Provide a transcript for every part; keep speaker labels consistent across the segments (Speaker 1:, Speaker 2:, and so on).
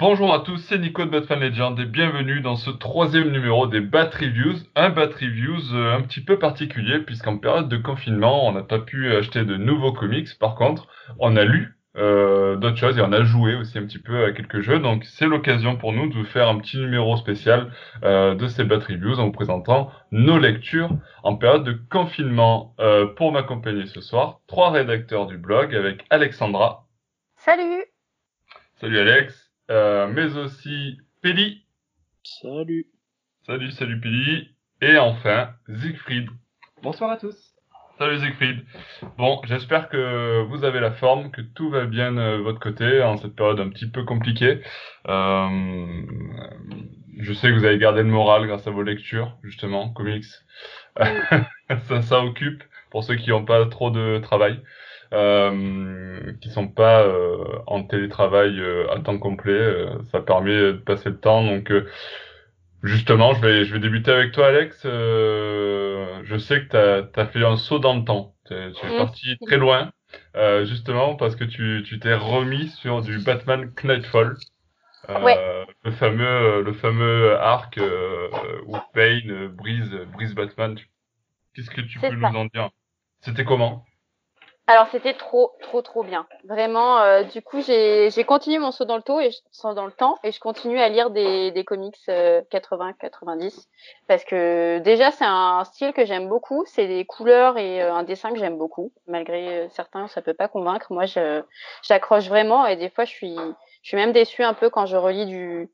Speaker 1: Bonjour à tous, c'est Nico de Batman Legend et bienvenue dans ce troisième numéro des Bat Reviews. Un Bat Reviews un petit peu particulier puisqu'en période de confinement, on n'a pas pu acheter de nouveaux comics. Par contre, on a lu d'autres choses et on a joué aussi un petit peu à quelques jeux. Donc c'est l'occasion pour nous de vous faire un petit numéro spécial de ces Bat Reviews en vous présentant nos lectures en période de confinement. Pour m'accompagner ce soir, trois rédacteurs du blog avec Alexandra.
Speaker 2: Salut!
Speaker 1: Salut Alex. Mais aussi Peli.
Speaker 3: Salut.
Speaker 1: Salut Peli. Et enfin, Siegfried.
Speaker 4: Bonsoir à tous.
Speaker 1: Salut Siegfried. Bon, j'espère que vous avez la forme, que tout va bien de votre côté en cette période un petit peu compliquée. Euh, je sais que vous avez gardé le moral grâce à vos lectures, justement, comics.
Speaker 2: Oui,
Speaker 1: Ça occupe pour ceux qui n'ont pas trop de travail. Qui sont pas en télétravail à temps complet. Ça permet de passer le temps. Donc justement, je vais débuter avec toi, Alex. Je sais que t'as fait un saut dans le temps. Tu es
Speaker 2: Mm.
Speaker 1: parti très loin, justement parce que tu t'es remis sur du Batman Knightfall,
Speaker 2: Ouais,
Speaker 1: le fameux arc où Bane brise Batman. Qu'est-ce que tu
Speaker 2: c'est
Speaker 1: peux
Speaker 2: ça.
Speaker 1: nous en dire? C'était comment?
Speaker 2: Alors c'était trop bien. Vraiment, du coup j'ai continué mon saut dans le temps et je continue à lire des comics 80-90 parce que déjà c'est un style que j'aime beaucoup, c'est des couleurs et un dessin que j'aime beaucoup. Malgré certains ça peut pas convaincre, moi j'accroche vraiment et des fois je suis même déçue un peu quand je relis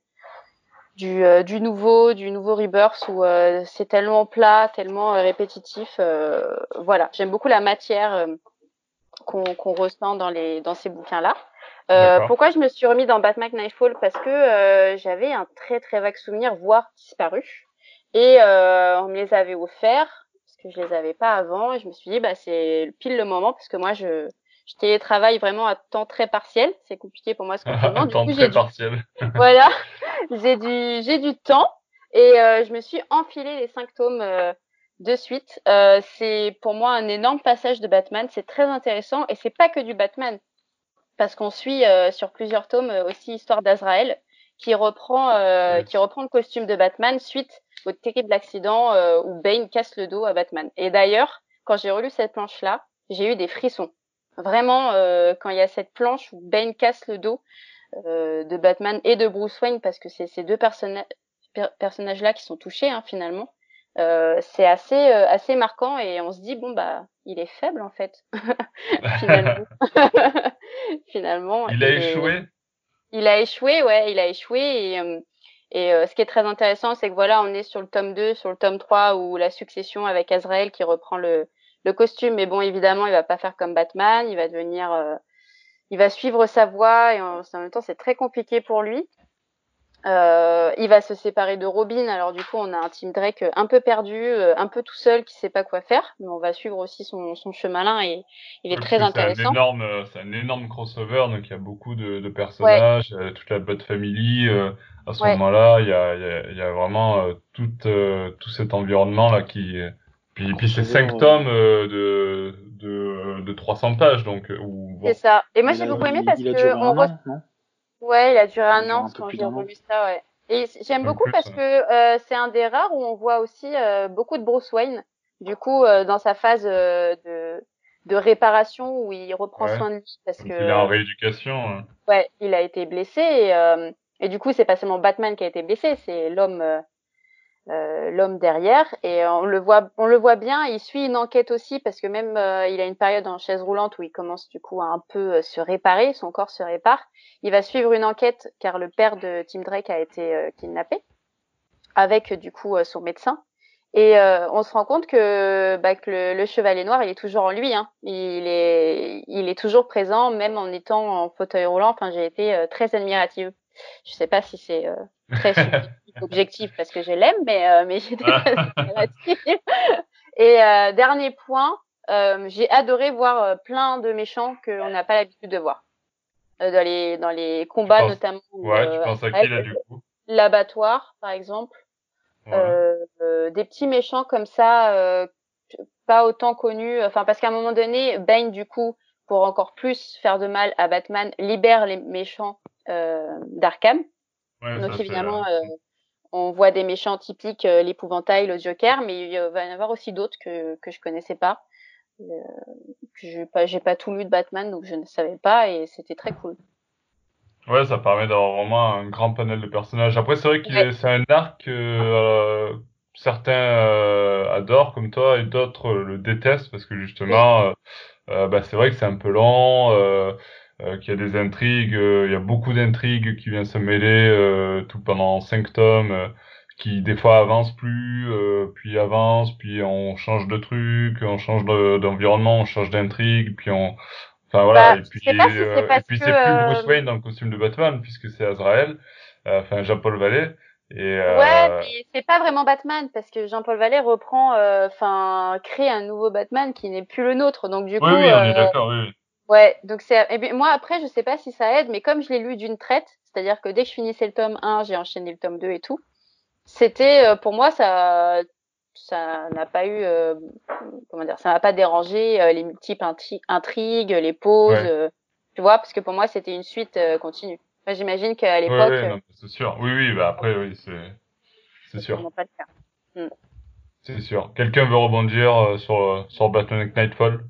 Speaker 2: du nouveau Rebirth où c'est tellement plat, tellement répétitif. Voilà, j'aime beaucoup la matière qu'on ressent dans ces bouquins-là.
Speaker 1: D'accord.
Speaker 2: Pourquoi je me suis remis dans Batman Nightfall? Parce que j'avais un très très vague souvenir, voire disparu, et on me les avait offerts parce que je les avais pas avant, et je me suis dit bah c'est pile le moment parce que moi je télétravaille vraiment à temps très partiel, c'est compliqué pour moi ce confinement.
Speaker 1: Un
Speaker 2: Du
Speaker 1: temps
Speaker 2: coup
Speaker 1: très partiel.
Speaker 2: voilà, j'ai du temps et je me suis enfilé les 5 tomes de suite. C'est pour moi un énorme passage de Batman. C'est très intéressant et c'est pas que du Batman parce qu'on suit sur plusieurs tomes aussi l'histoire d'Azrael qui reprend le costume de Batman suite au terrible accident où Bane casse le dos à Batman. Et d'ailleurs, quand j'ai relu cette planche-là, j'ai eu des frissons. Vraiment, quand il y a cette planche où Bane casse le dos de Batman et de Bruce Wayne parce que c'est ces deux personnages-là qui sont touchés hein, finalement. C'est assez marquant et on se dit bon bah il est faible en fait finalement finalement
Speaker 1: Il a
Speaker 2: et
Speaker 1: échoué.
Speaker 2: il a échoué ouais il a échoué et ce qui est très intéressant c'est que voilà on est sur le tome 2 sur le tome 3 où la succession avec Azrael qui reprend le costume mais bon évidemment il va pas faire comme Batman il va suivre sa voie et en même temps c'est très compliqué pour lui. Il va se séparer de Robin, alors du coup on a un Tim Drake un peu perdu, un peu tout seul qui sait pas quoi faire, mais on va suivre aussi son chemin là et il est
Speaker 1: Oui, parce
Speaker 2: très
Speaker 1: que
Speaker 2: intéressant.
Speaker 1: c'est un énorme crossover, donc il y a beaucoup de
Speaker 2: Ouais,
Speaker 1: personnages, toute la Bat Family. À ce
Speaker 2: ouais,
Speaker 1: moment-là, il y a vraiment tout cet environnement-là
Speaker 3: Un
Speaker 1: puis c'est
Speaker 3: crossover.
Speaker 1: 5 tomes de 300 pages, donc, ou
Speaker 2: c'est
Speaker 1: bon,
Speaker 2: ça. Et moi
Speaker 3: Il
Speaker 2: j'ai
Speaker 3: a,
Speaker 2: beaucoup aimé
Speaker 3: il,
Speaker 2: parce
Speaker 3: il a
Speaker 2: que
Speaker 3: duré un an, non?
Speaker 2: ouais, il a duré
Speaker 3: Il a
Speaker 2: un
Speaker 3: duré
Speaker 2: an
Speaker 3: un peu
Speaker 2: quand
Speaker 3: plus
Speaker 2: j'ai
Speaker 3: d'un an.
Speaker 2: relu ça, ouais. Et j'aime
Speaker 1: même
Speaker 2: beaucoup
Speaker 1: plus.
Speaker 2: parce que c'est un des rares où on voit aussi beaucoup de Bruce Wayne. Du coup, dans sa phase de réparation où il reprend
Speaker 1: Ouais,
Speaker 2: soin de lui parce
Speaker 1: quand il est en
Speaker 2: que
Speaker 1: rééducation.
Speaker 2: ouais, il a été blessé et du coup, c'est pas seulement Batman qui a été blessé, c'est l'homme derrière et on le voit bien, il suit une enquête aussi parce que même il a une période en chaise roulante où il commence du coup à un peu se réparer, son corps se répare. Il va suivre une enquête car le père de Tim Drake a été kidnappé avec du coup son médecin. Et on se rend compte que le chevalier noir, il est toujours en lui. Hein. Il est toujours présent, même en étant en fauteuil roulant. Enfin, j'ai été très admirative. Je sais pas si c'est très subjectif, objectif, parce que je l'aime, mais j'étais très admirative. Et dernier point, j'ai adoré voir plein de méchants qu'on n'a pas l'habitude de voir dans les
Speaker 1: Tu
Speaker 2: combats,
Speaker 1: penses,
Speaker 2: notamment
Speaker 1: ouais, tu penses à qui
Speaker 2: avec
Speaker 1: là du coup?
Speaker 2: l'abattoir, par exemple.
Speaker 1: Ouais.
Speaker 2: Des petits méchants comme ça, pas autant connus. Enfin, parce qu'à un moment donné, Bane, du coup, pour encore plus faire de mal à Batman, libère les méchants d'Arkham.
Speaker 1: Ouais,
Speaker 2: Donc
Speaker 1: ça fait.
Speaker 2: évidemment, on voit des méchants typiques, l'épouvantail, le Joker, mais il va y en avoir aussi d'autres que je connaissais pas. Euh, j'ai pas tout lu de Batman, donc je ne savais pas et c'était très cool.
Speaker 1: Ouais, ça permet d'avoir vraiment un grand panel de personnages. Après, c'est vrai
Speaker 2: Ouais,
Speaker 1: c'est un arc que certains adorent comme toi et d'autres le détestent parce que
Speaker 2: oui.
Speaker 1: justement, bah, c'est vrai que c'est un peu lent, qu'il y a des intrigues, il y a beaucoup d'intrigues qui viennent se mêler tout pendant 5 tomes, qui des fois avancent plus, puis avancent, puis on change de truc, on change d'environnement, on change d'intrigue, puis on enfin voilà,
Speaker 2: Bah, je sais pas si c'est
Speaker 1: et
Speaker 2: parce
Speaker 1: puis
Speaker 2: que
Speaker 1: c'est plus Bruce Wayne dans le costume de Batman puisque c'est Azrael, enfin Jean-Paul Vallée et
Speaker 2: ouais, mais c'est pas vraiment Batman parce que Jean-Paul Vallée reprend, enfin, crée un nouveau Batman qui n'est plus le nôtre. Donc du
Speaker 1: oui
Speaker 2: coup,
Speaker 1: oui, on est d'accord, oui. Oui.
Speaker 2: ouais, donc c'est. Et bien, moi après, je sais pas si ça aide, mais comme je l'ai lu d'une traite, c'est-à-dire que dès que je finissais le tome 1, j'ai enchaîné le tome 2 et tout. C'était pour moi ça n'a pas eu comment dire, ça m'a pas dérangé les multiples intrigues, les pauses,
Speaker 1: Ouais.
Speaker 2: tu vois, parce que pour moi c'était une suite continue. Moi, j'imagine qu'à
Speaker 1: Oui
Speaker 2: l'époque
Speaker 1: oui, non, c'est sûr. Oui oui, bah après oui, c'est
Speaker 2: c'est
Speaker 1: sûr.
Speaker 2: sûrement pas le cas. Mm.
Speaker 1: C'est sûr. Quelqu'un veut rebondir sur Batman Nightfall?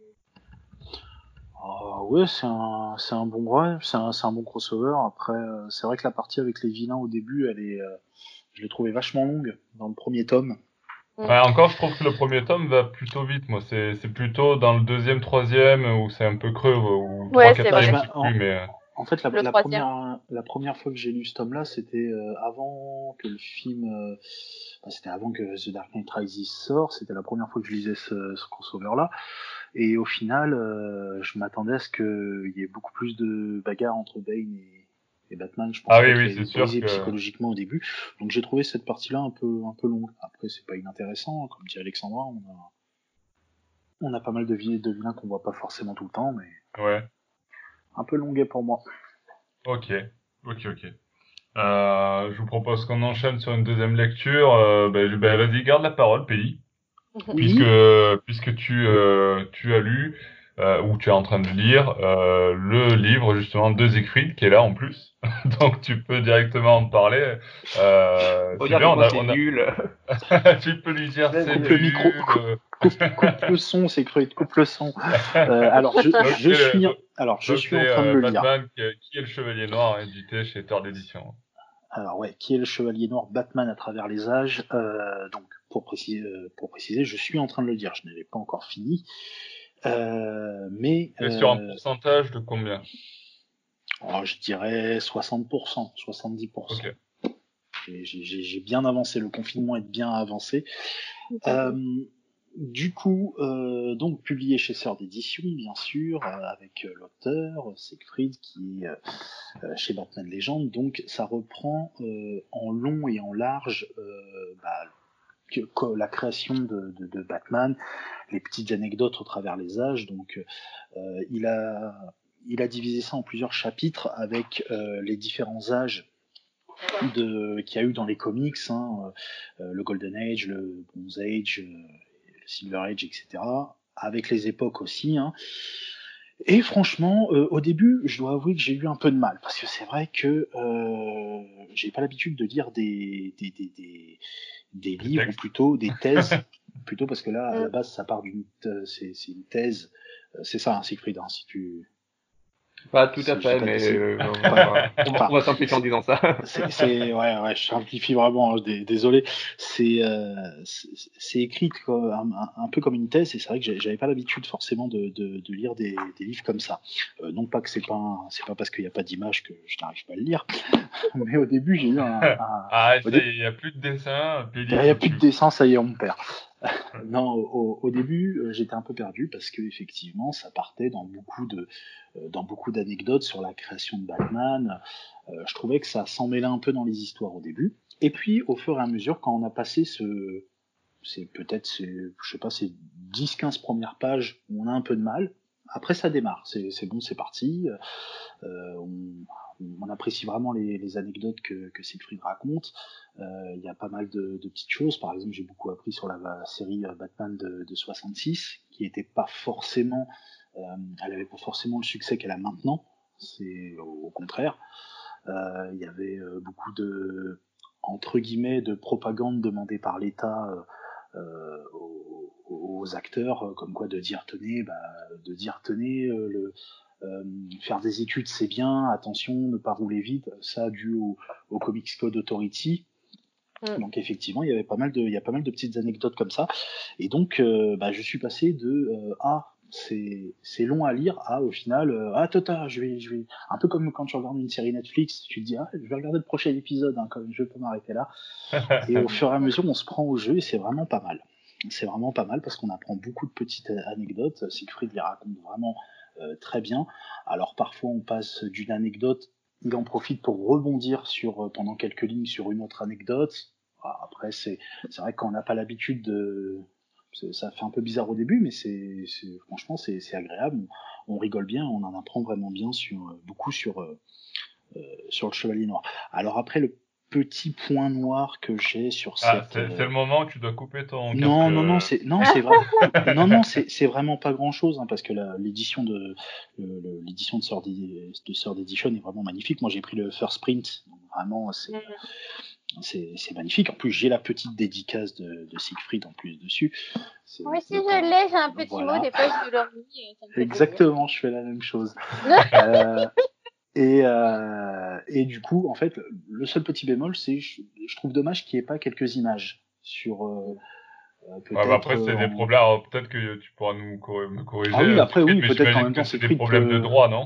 Speaker 3: Ouais, c'est un bon ouais, c'est un bon crossover. Après, c'est vrai que la partie avec les vilains au début, je l'ai trouvée vachement longue dans le premier tome.
Speaker 2: Mm.
Speaker 1: Ouais, encore, je trouve que le premier tome va plutôt vite, moi. C'est plutôt dans le deuxième, troisième, où c'est un peu creux, ou trois,
Speaker 2: Ouais, c'est
Speaker 3: Bah,
Speaker 1: quatrième,
Speaker 2: vrai.
Speaker 1: je sais plus, mais
Speaker 3: en fait,
Speaker 2: Le troisième.
Speaker 3: la première fois que j'ai lu ce tome-là, c'était avant que le film, c'était avant que The Dark Knight Rises sort. C'était la première fois que je lisais ce crossover-là. Et au final, je m'attendais à ce qu'il y ait beaucoup plus de bagarres entre Bane et Batman. Je
Speaker 1: ah
Speaker 3: pensais pas
Speaker 1: oui,
Speaker 3: qu'il
Speaker 1: oui,
Speaker 3: allait
Speaker 1: c'est
Speaker 3: les
Speaker 1: sûr
Speaker 3: briser
Speaker 1: que
Speaker 3: psychologiquement au début. Donc j'ai trouvé cette partie-là un peu longue. Après, c'est pas inintéressant. Comme dit Alexandra, on a pas mal de vilains qu'on voit pas forcément tout le temps, mais
Speaker 1: ouais.
Speaker 3: un peu longuet pour moi.
Speaker 1: Ok, ok, ok. Je vous propose qu'on enchaîne sur une deuxième lecture. Vas-y, garde la parole, Pays, puisque
Speaker 3: Oui,
Speaker 1: puisque tu as lu ou tu es en train de lire le livre justement de Siegfried qui est là en plus, donc tu peux directement en parler. C'est bien,
Speaker 4: Regardez-moi, c'est nul.
Speaker 1: tu peux lui dire c'est
Speaker 3: coupe le micro,
Speaker 1: nul.
Speaker 3: coupe le son, c'est cru, coupe le son.
Speaker 1: Donc
Speaker 3: Je
Speaker 1: donc
Speaker 3: suis
Speaker 1: c'est
Speaker 3: en train de le lire.
Speaker 1: Batman qui est le Chevalier Noir édité chez Thor d'édition.
Speaker 3: Alors ouais, qui est le Chevalier Noir Batman à travers les âges. Donc pour préciser, je suis en train de le dire, je ne l'ai pas encore fini. Mais
Speaker 1: Et sur un pourcentage de combien?
Speaker 3: je dirais 60%, 70%.
Speaker 1: Ok.
Speaker 3: J'ai bien avancé, le confinement est bien avancé. Euh, du coup, donc publié chez Sœur d'édition, bien sûr, avec l'auteur Siegfried qui est chez Batman Legend. Donc ça reprend en long et en large la création de Batman, les petites anecdotes au travers les âges. Donc il a divisé ça en plusieurs chapitres avec les différents âges qu'il y a eu dans les comics, hein, le Golden Age, le Bronze Age, le Silver Age, etc. Avec les époques aussi. Hein. Et franchement, au début, je dois avouer que j'ai eu un peu de mal, parce que c'est vrai que j'ai pas l'habitude de lire des
Speaker 1: Les
Speaker 3: livres, ou
Speaker 1: textes.
Speaker 3: plutôt des thèses, plutôt parce que là, à
Speaker 2: Mm.
Speaker 3: la base, ça part c'est une thèse. C'est ça, hein, Siegfried, hein,
Speaker 4: Pas tout à
Speaker 3: si j'ai
Speaker 4: fait,
Speaker 3: pas,
Speaker 4: mais
Speaker 3: c'est
Speaker 4: on
Speaker 3: enfin,
Speaker 4: on va simplifier en disant ça.
Speaker 3: ouais, je simplifie vraiment, hein, désolé. C'est écrit un peu comme une thèse, et c'est vrai que j'avais pas l'habitude forcément de lire des livres comme ça. Non pas que c'est pas parce qu'il n'y a pas d'image que je n'arrive pas à le lire, mais au début j'ai eu
Speaker 1: Ah,
Speaker 3: au
Speaker 1: ça
Speaker 3: dé-
Speaker 1: y est, il n'y a plus de dessin.
Speaker 3: il
Speaker 1: Péli,
Speaker 3: n'y a
Speaker 1: faut que
Speaker 3: plus de
Speaker 1: tu.
Speaker 3: dessin, ça y est, on me perd. Non, au début, j'étais un peu perdu parce que effectivement, ça partait dans beaucoup d'anecdotes sur la création de Batman. Je trouvais que ça s'en mêlait un peu dans les histoires au début. Et puis, au fur et à mesure, quand on a passé je sais pas, ces 10-15 premières pages où on a un peu de mal, après ça démarre. C'est bon, c'est parti. Euh, on, on apprécie vraiment les anecdotes que Siegfried raconte. Il y a pas mal de petites choses. Par exemple, j'ai beaucoup appris sur la série Batman de 66, qui était pas forcément, elle avait pas forcément le succès qu'elle a maintenant. C'est au contraire. Il y avait beaucoup de, entre guillemets, de propagande demandée par l'État aux acteurs, comme quoi de dire tenez, faire des études c'est bien, attention, ne pas rouler vite, ça dû au Comics Code Authority. Donc effectivement, il y a pas mal de petites anecdotes comme ça. Et donc, je suis passé de c'est long à lire à au final je vais un peu comme quand tu regardes une série Netflix, tu te dis je vais regarder le prochain épisode, comme je peux m'arrêter là. Et au fur et à mesure, on se prend au jeu et c'est vraiment pas mal. C'est vraiment pas mal parce qu'on apprend beaucoup de petites anecdotes. Siegfried les raconte vraiment très bien. Alors parfois, on passe d'une anecdote, il en profite pour rebondir pendant quelques lignes sur une autre anecdote. Après, c'est vrai que quand on n'a pas l'habitude ça fait un peu bizarre au début, mais franchement, c'est agréable. On rigole bien, on en apprend vraiment bien beaucoup sur le Chevalier Noir. Alors après, le petit point noir que j'ai sur cette...
Speaker 1: c'est le moment où tu dois couper ton
Speaker 3: non,
Speaker 1: casque.
Speaker 3: c'est vrai. Non, c'est vraiment pas grand chose, parce que l'édition de Third Edition est vraiment magnifique. Moi, j'ai pris le first print, donc vraiment, c'est magnifique. En plus, j'ai la petite dédicace de Siegfried en plus dessus.
Speaker 2: Moi aussi, je l'ai, j'ai un petit
Speaker 3: voilà.
Speaker 2: mot des pages de l'ornie.
Speaker 3: Exactement, je fais la même chose. Et du coup, en fait, le seul petit bémol, c'est je trouve dommage qu'il n'y ait pas quelques images sur peut-être.
Speaker 1: Après, c'est des problèmes. Alors, peut-être que tu pourras me corriger.
Speaker 3: Ah oui, après,
Speaker 1: Siegfried,
Speaker 3: oui,
Speaker 1: mais
Speaker 3: peut-être qu'en
Speaker 1: j'imagine
Speaker 3: même temps,
Speaker 1: que c'est des
Speaker 3: Siegfried
Speaker 1: problèmes de droit, non?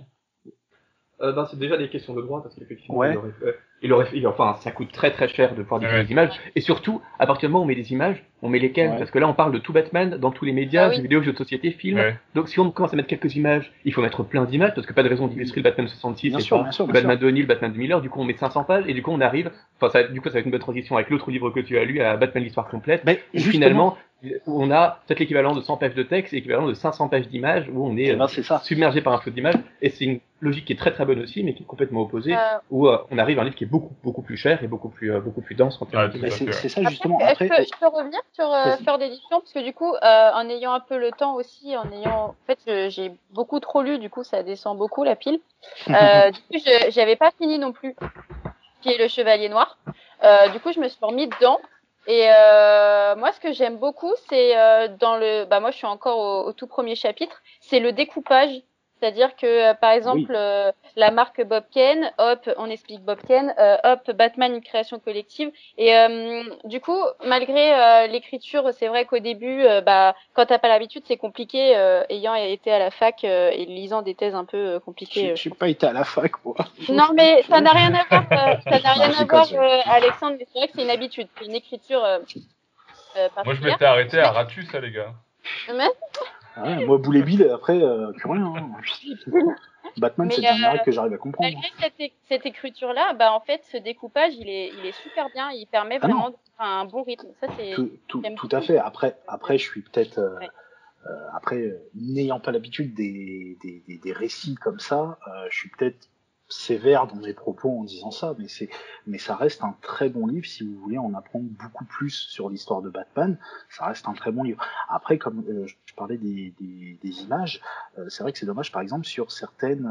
Speaker 4: C'est déjà des questions de droit parce qu'effectivement,
Speaker 3: Ouais.
Speaker 4: enfin, ça coûte très très cher de pouvoir diffuser des images. Et surtout, à partir du moment où on met des images, on met lesquelles?
Speaker 3: Ouais.
Speaker 4: Parce que là, on parle de tout Batman dans tous les médias, jeux vidéo, jeux de société, films.
Speaker 1: Ouais.
Speaker 4: Donc, si on commence à mettre quelques images, il faut mettre plein d'images parce que pas de raison d'illustrer le Batman 66
Speaker 3: Bien
Speaker 4: et
Speaker 3: sûr,
Speaker 4: pas
Speaker 3: bien sûr,
Speaker 4: le
Speaker 3: bien
Speaker 4: Batman
Speaker 3: sûr.
Speaker 4: de O'Neill, Batman de Miller. Du coup, on met 500 pages et du coup, on arrive. Enfin, ça va être une bonne transition avec l'autre livre que tu as lu, à Batman l'histoire complète.
Speaker 3: Mais
Speaker 4: Où
Speaker 3: justement,
Speaker 4: finalement, où on a peut-être l'équivalent de 100 pages de texte et l'équivalent de 500 pages d'images où on est
Speaker 3: c'est ça.
Speaker 4: submergé par un flot d'images. Et c'est une logique qui est très très bonne aussi, mais qui est complètement opposée, où on arrive à un livre qui est beaucoup plus cher et beaucoup plus dense en termes de
Speaker 3: C'est
Speaker 4: images.
Speaker 3: ça justement.
Speaker 2: Après,
Speaker 3: Après,
Speaker 2: je peux revenir sur Third Edition parce que du coup, en ayant un peu le temps aussi, en fait, j'ai beaucoup trop lu, du coup, ça descend beaucoup la pile. Du coup, j'avais pas fini non plus. Qui est le Chevalier Noir. Du coup, je me suis remis dedans. Et moi, ce que j'aime beaucoup, c'est moi, je suis encore au tout premier chapitre, c'est le découpage. C'est-à-dire que, par exemple, la marque Bob Kane, hop, on explique Bob Kane, hop, Batman, une création collective. Et du coup, malgré l'écriture, c'est vrai qu'au début, quand t'as pas l'habitude, c'est compliqué. Ayant été à la fac et lisant des thèses un peu compliquées.
Speaker 3: j'ai pas été à la fac, moi.
Speaker 2: Non, mais ça n'a rien à voir. Ça n'a rien à voir, Alexandre. Mais c'est vrai que c'est une habitude, c'est une écriture particulière.
Speaker 1: Moi, je m'étais arrêté à Ratus, les gars.
Speaker 2: Mais...
Speaker 3: Ouais, moi, Boulet Bill, après, plus rien. Batman, c'est un arrêt que j'arrive à comprendre.
Speaker 2: Malgré cette écriture-là, en fait, ce découpage, il est super bien. Il permet vraiment un bon rythme. Ça, c'est
Speaker 3: tout à fait. Après, je suis peut-être. Après, n'ayant pas l'habitude des récits comme ça, je suis peut-être sévère dans mes propos en disant ça, mais ça reste un très bon livre si vous voulez en apprendre beaucoup plus sur l'histoire de Batman. Ça reste un très bon livre. Après, comme je parlais des images, c'est vrai que c'est dommage, par exemple, sur certaines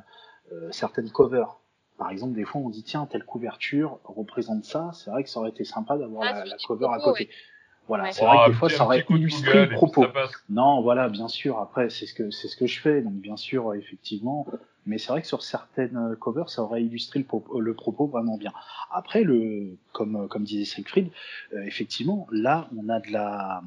Speaker 3: covers. Par exemple, des fois, on dit tiens, telle couverture représente ça. C'est vrai que ça aurait été sympa d'avoir la cover à côté. Ouais. Voilà, c'est vrai que des fois, ça aurait illustré le propos. Non, voilà, bien sûr. Après, c'est ce que je fais, donc bien sûr, effectivement. Mais c'est vrai que sur certaines covers, ça aurait illustré le propos vraiment bien. Après, comme disait Siegfried, effectivement, là, on a de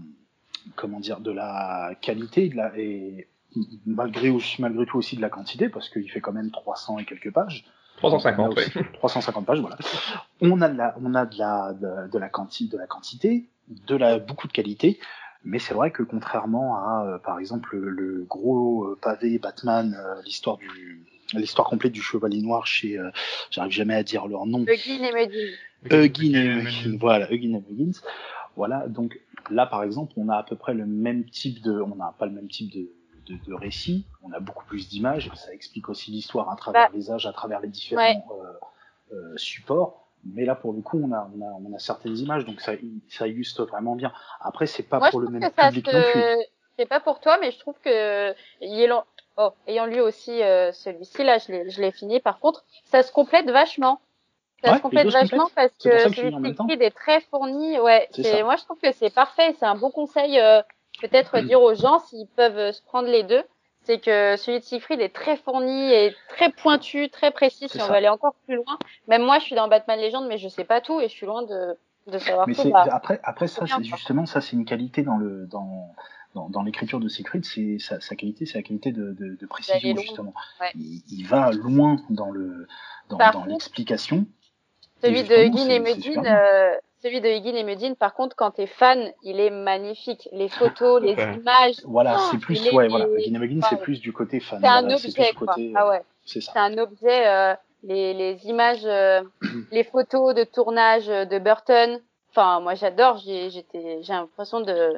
Speaker 3: la qualité, et malgré tout aussi de la quantité, parce qu'il fait quand même 300 et quelques pages.
Speaker 4: 350, oui.
Speaker 3: 350 pages, voilà. On a de la quantité, beaucoup de qualité, mais c'est vrai que contrairement à, par exemple, le gros pavé Batman, l'histoire complète du Chevalier Noir chez, j'arrive jamais à dire leur nom.
Speaker 2: Huggin et Muggins.
Speaker 3: Voilà, Huggin et Muggins. Voilà, donc là, par exemple, on a à peu près on n'a pas le même type de récit, on a beaucoup plus d'images, ça explique aussi l'histoire à travers les âges, à travers les différents supports. Mais là, pour le coup, on a certaines images, donc ça illustre vraiment bien. Après, c'est pas pour le même public non plus.
Speaker 2: C'est pas pour toi, mais je trouve que ayant lu aussi celui-ci, là, je l'ai fini. Par contre, ça se complète vachement. Ça se complète vachement parce que celui de Siegfried est très fourni. Ouais, moi, je trouve que c'est parfait. C'est un bon conseil, peut-être dire aux gens s'ils peuvent se prendre les deux. C'est que celui de Siegfried est très fourni et très pointu, très précis si on veut aller encore plus loin. Même moi, je suis dans Batman Legends, mais je sais pas tout et je suis loin de savoir tout.
Speaker 3: Après ça, c'est justement, ça, c'est une qualité dans l'écriture de Siegfried, c'est sa qualité, c'est la qualité de précision, justement.
Speaker 2: Ouais.
Speaker 3: Il va loin dans l'explication.
Speaker 2: Celui de Higgin et Medine, par contre, quand t'es fan, il est magnifique. Les photos, les images.
Speaker 3: Voilà, c'est plus, Higgin et Medine, c'est plus du côté fan.
Speaker 2: C'est un objet, quoi. Ah ouais.
Speaker 3: C'est ça.
Speaker 2: C'est un objet, les images, les photos de tournage de Burton. Enfin, moi, j'adore, j'ai l'impression d'être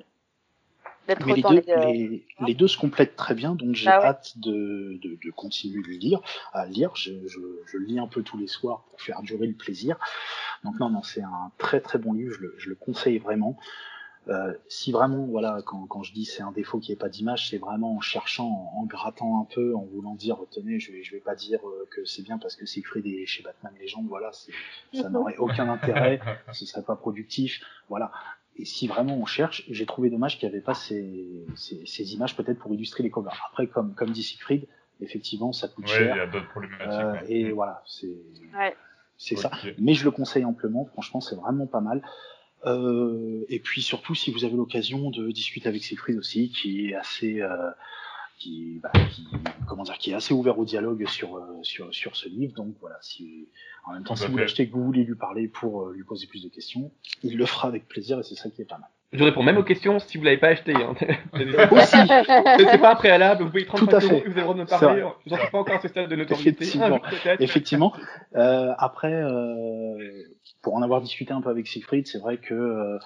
Speaker 3: mais les deux se complètent très bien, donc j'ai hâte de continuer à lire. Je le lis un peu tous les soirs pour faire durer le plaisir. Donc non, c'est un très très bon livre, je le conseille vraiment. Si vraiment, voilà, quand je dis c'est un défaut qu'il n'y ait pas d'image, c'est vraiment en cherchant, en grattant un peu, en voulant dire, tenez, je vais pas dire que c'est bien parce que Siegfried est chez Batman Legends, voilà, ça n'aurait aucun intérêt, ce serait pas productif, voilà. Et si vraiment on cherche, j'ai trouvé dommage qu'il n'y avait pas ces images peut-être pour illustrer les covers. Après, comme dit Siegfried, effectivement, ça coûte cher.
Speaker 1: Il y a d'autres problématiques.
Speaker 3: Et voilà, c'est ça. Mais je le conseille amplement, franchement, c'est vraiment pas mal. Et puis surtout, si vous avez l'occasion de discuter avec Siegfried aussi, qui est assez... qui est assez ouvert au dialogue sur ce livre. Donc voilà, en même temps, si vous l'achetez, que vous voulez lui parler pour lui poser plus de questions, il le fera avec plaisir et c'est ça qui est pas mal.
Speaker 4: Je réponds même aux questions si vous l'avez pas acheté. Hein. C'est pas un préalable, vous pouvez y prendre 5 euros, vous avez le droit de me parler. Je n'en suis pas encore à ce stade de notoriété.
Speaker 3: Effectivement. Après, pour en avoir discuté un peu avec Siegfried, c'est vrai que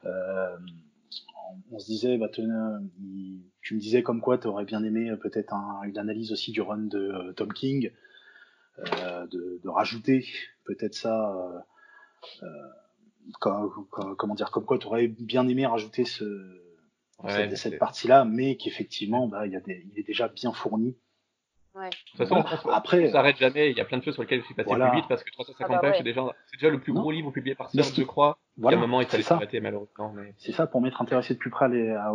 Speaker 3: on se disait, tu me disais comme quoi tu aurais bien aimé peut-être une analyse aussi du run de Tom King, de rajouter peut-être ça, comment dire, comme quoi tu aurais bien aimé rajouter cette partie-là, mais qu'effectivement, il est déjà bien fourni.
Speaker 2: Ouais.
Speaker 4: De toute façon, après, on s'arrête jamais. Il y a plein de choses sur lesquelles je suis passé plus vite parce que 350 pages, c'est déjà le plus gros livre publié par Search, je crois. À un moment, il fallait s'arrêter malheureusement. Mais...
Speaker 3: C'est ça, pour m'être intéressé de plus près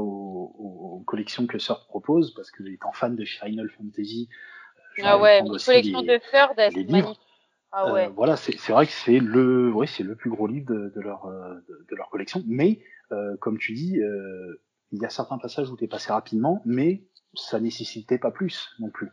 Speaker 3: aux collections que Search propose, parce que étant fan de Final Fantasy,
Speaker 2: les collections de Third, c'est magnifique.
Speaker 3: Voilà, c'est vrai que c'est le plus gros livre de leur collection. Mais comme tu dis, il y a certains passages où t'es passé rapidement, mais ça nécessitait pas plus non plus.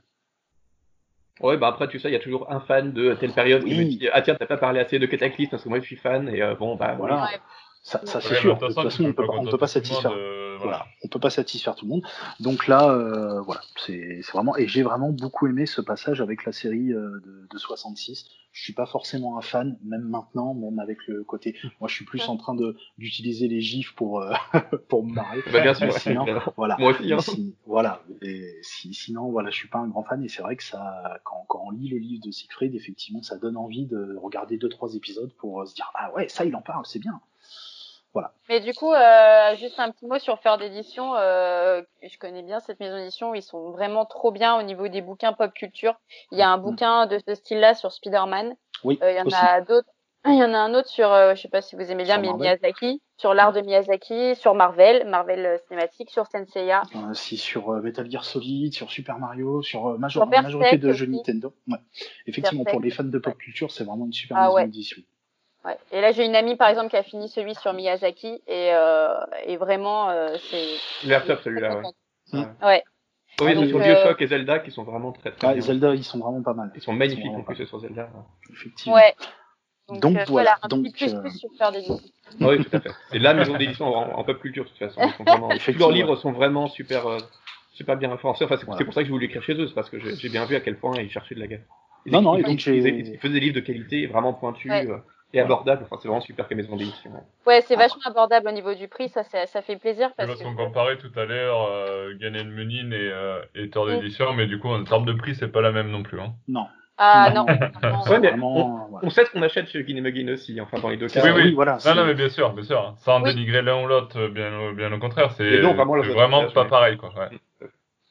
Speaker 4: Ouais, après, tu sais, il y a toujours un fan de telle période qui me dit, ah tiens, t'as pas parlé assez de Cataclysme parce que moi je suis fan, et
Speaker 3: voilà. Ça c'est sûr. De toute façon, on peut pas satisfaire. Voilà, on peut pas satisfaire tout le monde. Donc là, voilà, c'est vraiment, et j'ai vraiment beaucoup aimé ce passage avec la série de 66. Je suis pas forcément un fan, même maintenant, même avec le côté. Moi, je suis plus en train d'utiliser les gifs pour me marrer.
Speaker 4: Bien sûr.
Speaker 3: Sinon, voilà.
Speaker 4: Moi aussi.
Speaker 3: Voilà. Et sinon, voilà, je suis pas un grand fan. Et c'est vrai que ça, quand on lit le livre de Siegfried, effectivement, ça donne envie de regarder 2-3 épisodes pour se dire, ah ouais, ça, il en parle, c'est bien. Voilà.
Speaker 2: Mais du coup, juste un petit mot sur Third d'édition. Je connais bien cette maison d'édition. Ils sont vraiment trop bien au niveau des bouquins pop culture. Il y a un bouquin de ce style-là sur Spider-Man.
Speaker 3: Oui.
Speaker 2: Il y en a d'autres. Il y en a un autre sur, je sais pas si vous aimez bien, mais Miyazaki, sur l'art de Miyazaki, sur Marvel cinématique, sur Senseiya.
Speaker 3: Sur Metal Gear Solid, sur Super Mario, sur majorité de jeux Nintendo. Ouais. Effectivement, pour les fans de pop culture, c'est vraiment une super maison d'édition.
Speaker 2: Ouais. Et là, j'ai une amie, par exemple, qui a fini celui sur Miyazaki, et vraiment, c'est...
Speaker 4: Il est top, celui-là,
Speaker 2: ouais.
Speaker 4: Oui, ils sont sur Bioshock et Zelda qui sont vraiment très très bien.
Speaker 3: Zelda, ils sont vraiment pas mal.
Speaker 4: Ils sont magnifiques en plus sur Zelda.
Speaker 3: Effectivement.
Speaker 2: Ouais.
Speaker 3: Donc voilà.
Speaker 2: Un petit plus sur Third d'édition.
Speaker 4: Oui, tout à fait. C'est la maison d'édition en pop culture, de toute façon. Ils sont vraiment... Tous leurs livres sont vraiment super bien référencés. Enfin, c'est pour ça que je voulais écrire chez eux, c'est parce que j'ai bien vu à quel point ils cherchaient de la gamme. Ils faisaient des livres de qualité, vraiment pointus. Et abordable, enfin, c'est vraiment super comme maison d'édition.
Speaker 2: Ouais, c'est vachement abordable au niveau du prix, ça fait plaisir.
Speaker 1: Parce qu'on comparait tout à l'heure Gun and Munin et Third d'édition, mais du coup, en termes de prix, c'est pas la même non plus. Hein.
Speaker 3: Non.
Speaker 2: Ah non.
Speaker 4: Ouais, mais on sait ce qu'on achète chez Gun and Munin aussi, enfin dans les deux cas.
Speaker 1: Oui,
Speaker 3: voilà.
Speaker 1: Non, mais bien sûr. Sans dénigrer l'un ou l'autre, bien au contraire, c'est vraiment pas pareil, quoi. Ouais.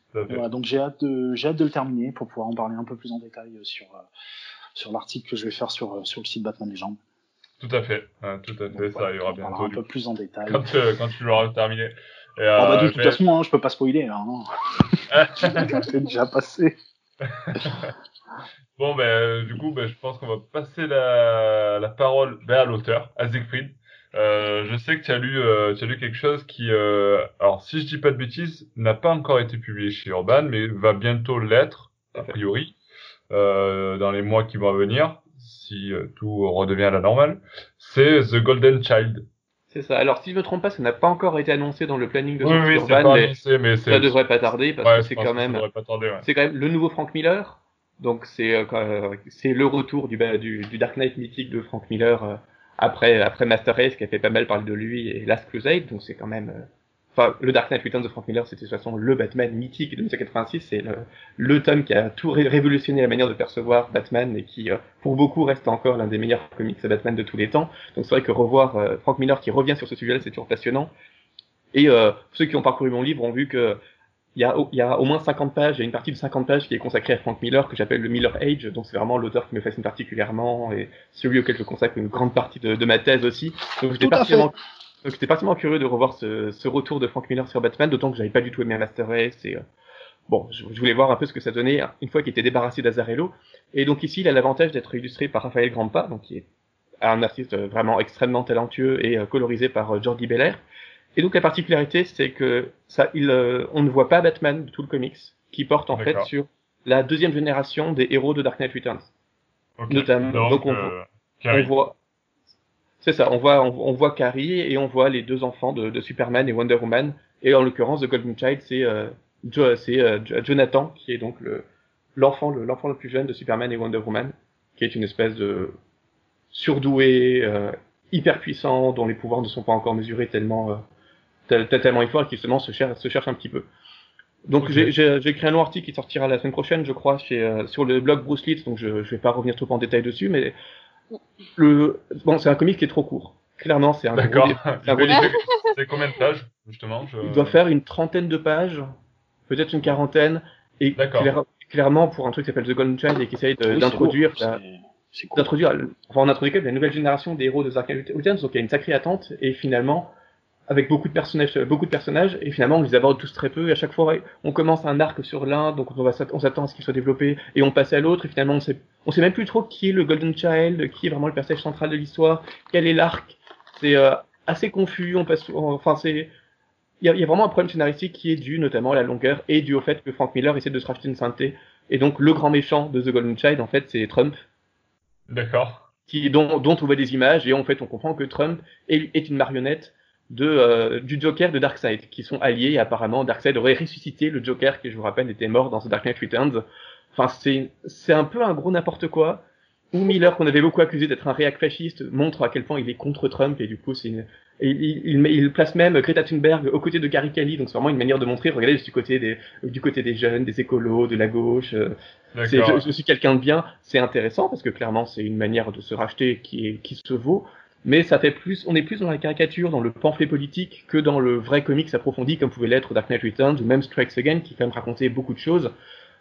Speaker 3: Voilà, donc j'ai hâte de le terminer pour pouvoir en parler un peu plus en détail sur l'article que je vais faire sur le site Batman Legends.
Speaker 1: Tout à fait, donc, ça arrivera bientôt.
Speaker 3: Un peu plus en détail.
Speaker 1: Quand tu l'auras terminé. Et,
Speaker 3: de toute façon, hein, je peux pas spoiler. Hein. C'est déjà passé.
Speaker 1: Bon, du coup, je pense qu'on va passer la parole à l'auteur, à Siegfried. Je sais que tu as lu quelque chose qui, alors si je dis pas de bêtises, n'a pas encore été publié chez Urban, mais va bientôt l'être, a priori, dans les mois qui vont venir, si tout redevient à la normale. C'est The Golden Child.
Speaker 4: C'est ça. Alors, si je me trompe pas, ça n'a pas encore été annoncé dans le planning de
Speaker 1: sortie
Speaker 4: Urban,
Speaker 1: mais
Speaker 4: ça devrait pas tarder parce que c'est quand même le nouveau Frank Miller. Donc c'est le retour du Dark Knight mythique de Frank Miller après Master Race, qui a fait pas mal parler de lui, et Last Crusade. Donc c'est quand même le Dark Knight Returns de Frank Miller, c'était de toute façon le Batman mythique de 1986. C'est le tome qui a tout révolutionné la manière de percevoir Batman et qui, pour beaucoup, reste encore l'un des meilleurs comics à Batman de tous les temps. Donc c'est vrai que revoir Frank Miller qui revient sur ce sujet-là, c'est toujours passionnant. Et ceux qui ont parcouru mon livre ont vu que il y a au moins 50 pages, il y a une partie de 50 pages qui est consacrée à Frank Miller, que j'appelle le Miller Age, donc c'est vraiment l'auteur qui me fascine particulièrement, et celui auquel je consacre une grande partie de ma thèse aussi. Donc j'étais particulièrement curieux de revoir ce retour de Frank Miller sur Batman, d'autant que j'avais pas du tout aimé Master Race, et je voulais voir un peu ce que ça donnait une fois qu'il était débarrassé d'Azzarello. Et donc ici, il a l'avantage d'être illustré par Raphaël Grandpa, donc qui est un artiste vraiment extrêmement talentueux et colorisé par Jordi Belair. Et donc la particularité, c'est que on ne voit pas Batman de tout le comics, qui porte en fait sur la deuxième génération des héros de Dark Knight Returns.
Speaker 1: Okay.
Speaker 4: Notamment, donc on voit, c'est ça, on voit Carrie et on voit les deux enfants de Superman et Wonder Woman. Et en l'occurrence, The Golden Child, c'est Jonathan, qui est donc l'enfant le plus jeune de Superman et Wonder Woman, qui est une espèce de surdoué, hyper puissant, dont les pouvoirs ne sont pas encore mesurés tellement il faut, et qui justement se cherche un petit peu. Donc j'ai écrit un long article qui sortira la semaine prochaine, je crois, sur le blog Bruce Leeds, donc je vais pas revenir trop en détail dessus, mais c'est un comic qui est trop court. Clairement, c'est un
Speaker 1: D'accord. C'est combien de pages, justement?
Speaker 4: Il doit faire une trentaine de pages, peut-être une quarantaine, et clairement, pour un truc qui s'appelle The Golden Child et qui essaye d'introduire on introduit la nouvelle génération des héros de Dark Knight Returns, donc il y a une sacrée attente, et finalement, avec beaucoup de personnages, et finalement on les aborde tous très peu, et à chaque fois on commence un arc sur l'un, donc on s'attend à ce qu'il soit développé, et on passe à l'autre, et finalement on sait même plus trop qui est le Golden Child, qui est vraiment le personnage central de l'histoire, quel est l'arc, c'est assez confus, il y a vraiment un problème scénaristique qui est dû notamment à la longueur, et dû au fait que Frank Miller essaie de se racheter une sainteté, et donc le grand méchant de The Golden Child, en fait, c'est Trump.
Speaker 1: D'accord.
Speaker 4: Dont on voit des images, et en fait on comprend que Trump est une marionnette du Joker de Darkseid, qui sont alliés, et apparemment Darkseid aurait ressuscité le Joker qui, je vous rappelle, était mort dans The Dark Knight Returns. Enfin, c'est un peu un gros n'importe quoi, où Miller, qu'on avait beaucoup accusé d'être un réac fasciste, montre à quel point il est contre Trump, et du coup il place même Greta Thunberg aux côtés de Gary Kelly, donc c'est vraiment une manière de montrer, regardez, je suis du côté des jeunes, des écolos, de la gauche, je suis quelqu'un de bien. C'est intéressant, parce que clairement c'est une manière de se racheter qui se vaut, mais on est plus dans la caricature, dans le pamphlet politique, que dans le vrai comics approfondi, comme pouvait l'être Dark Knight Returns, ou même Strikes Again, qui quand même racontait beaucoup de choses.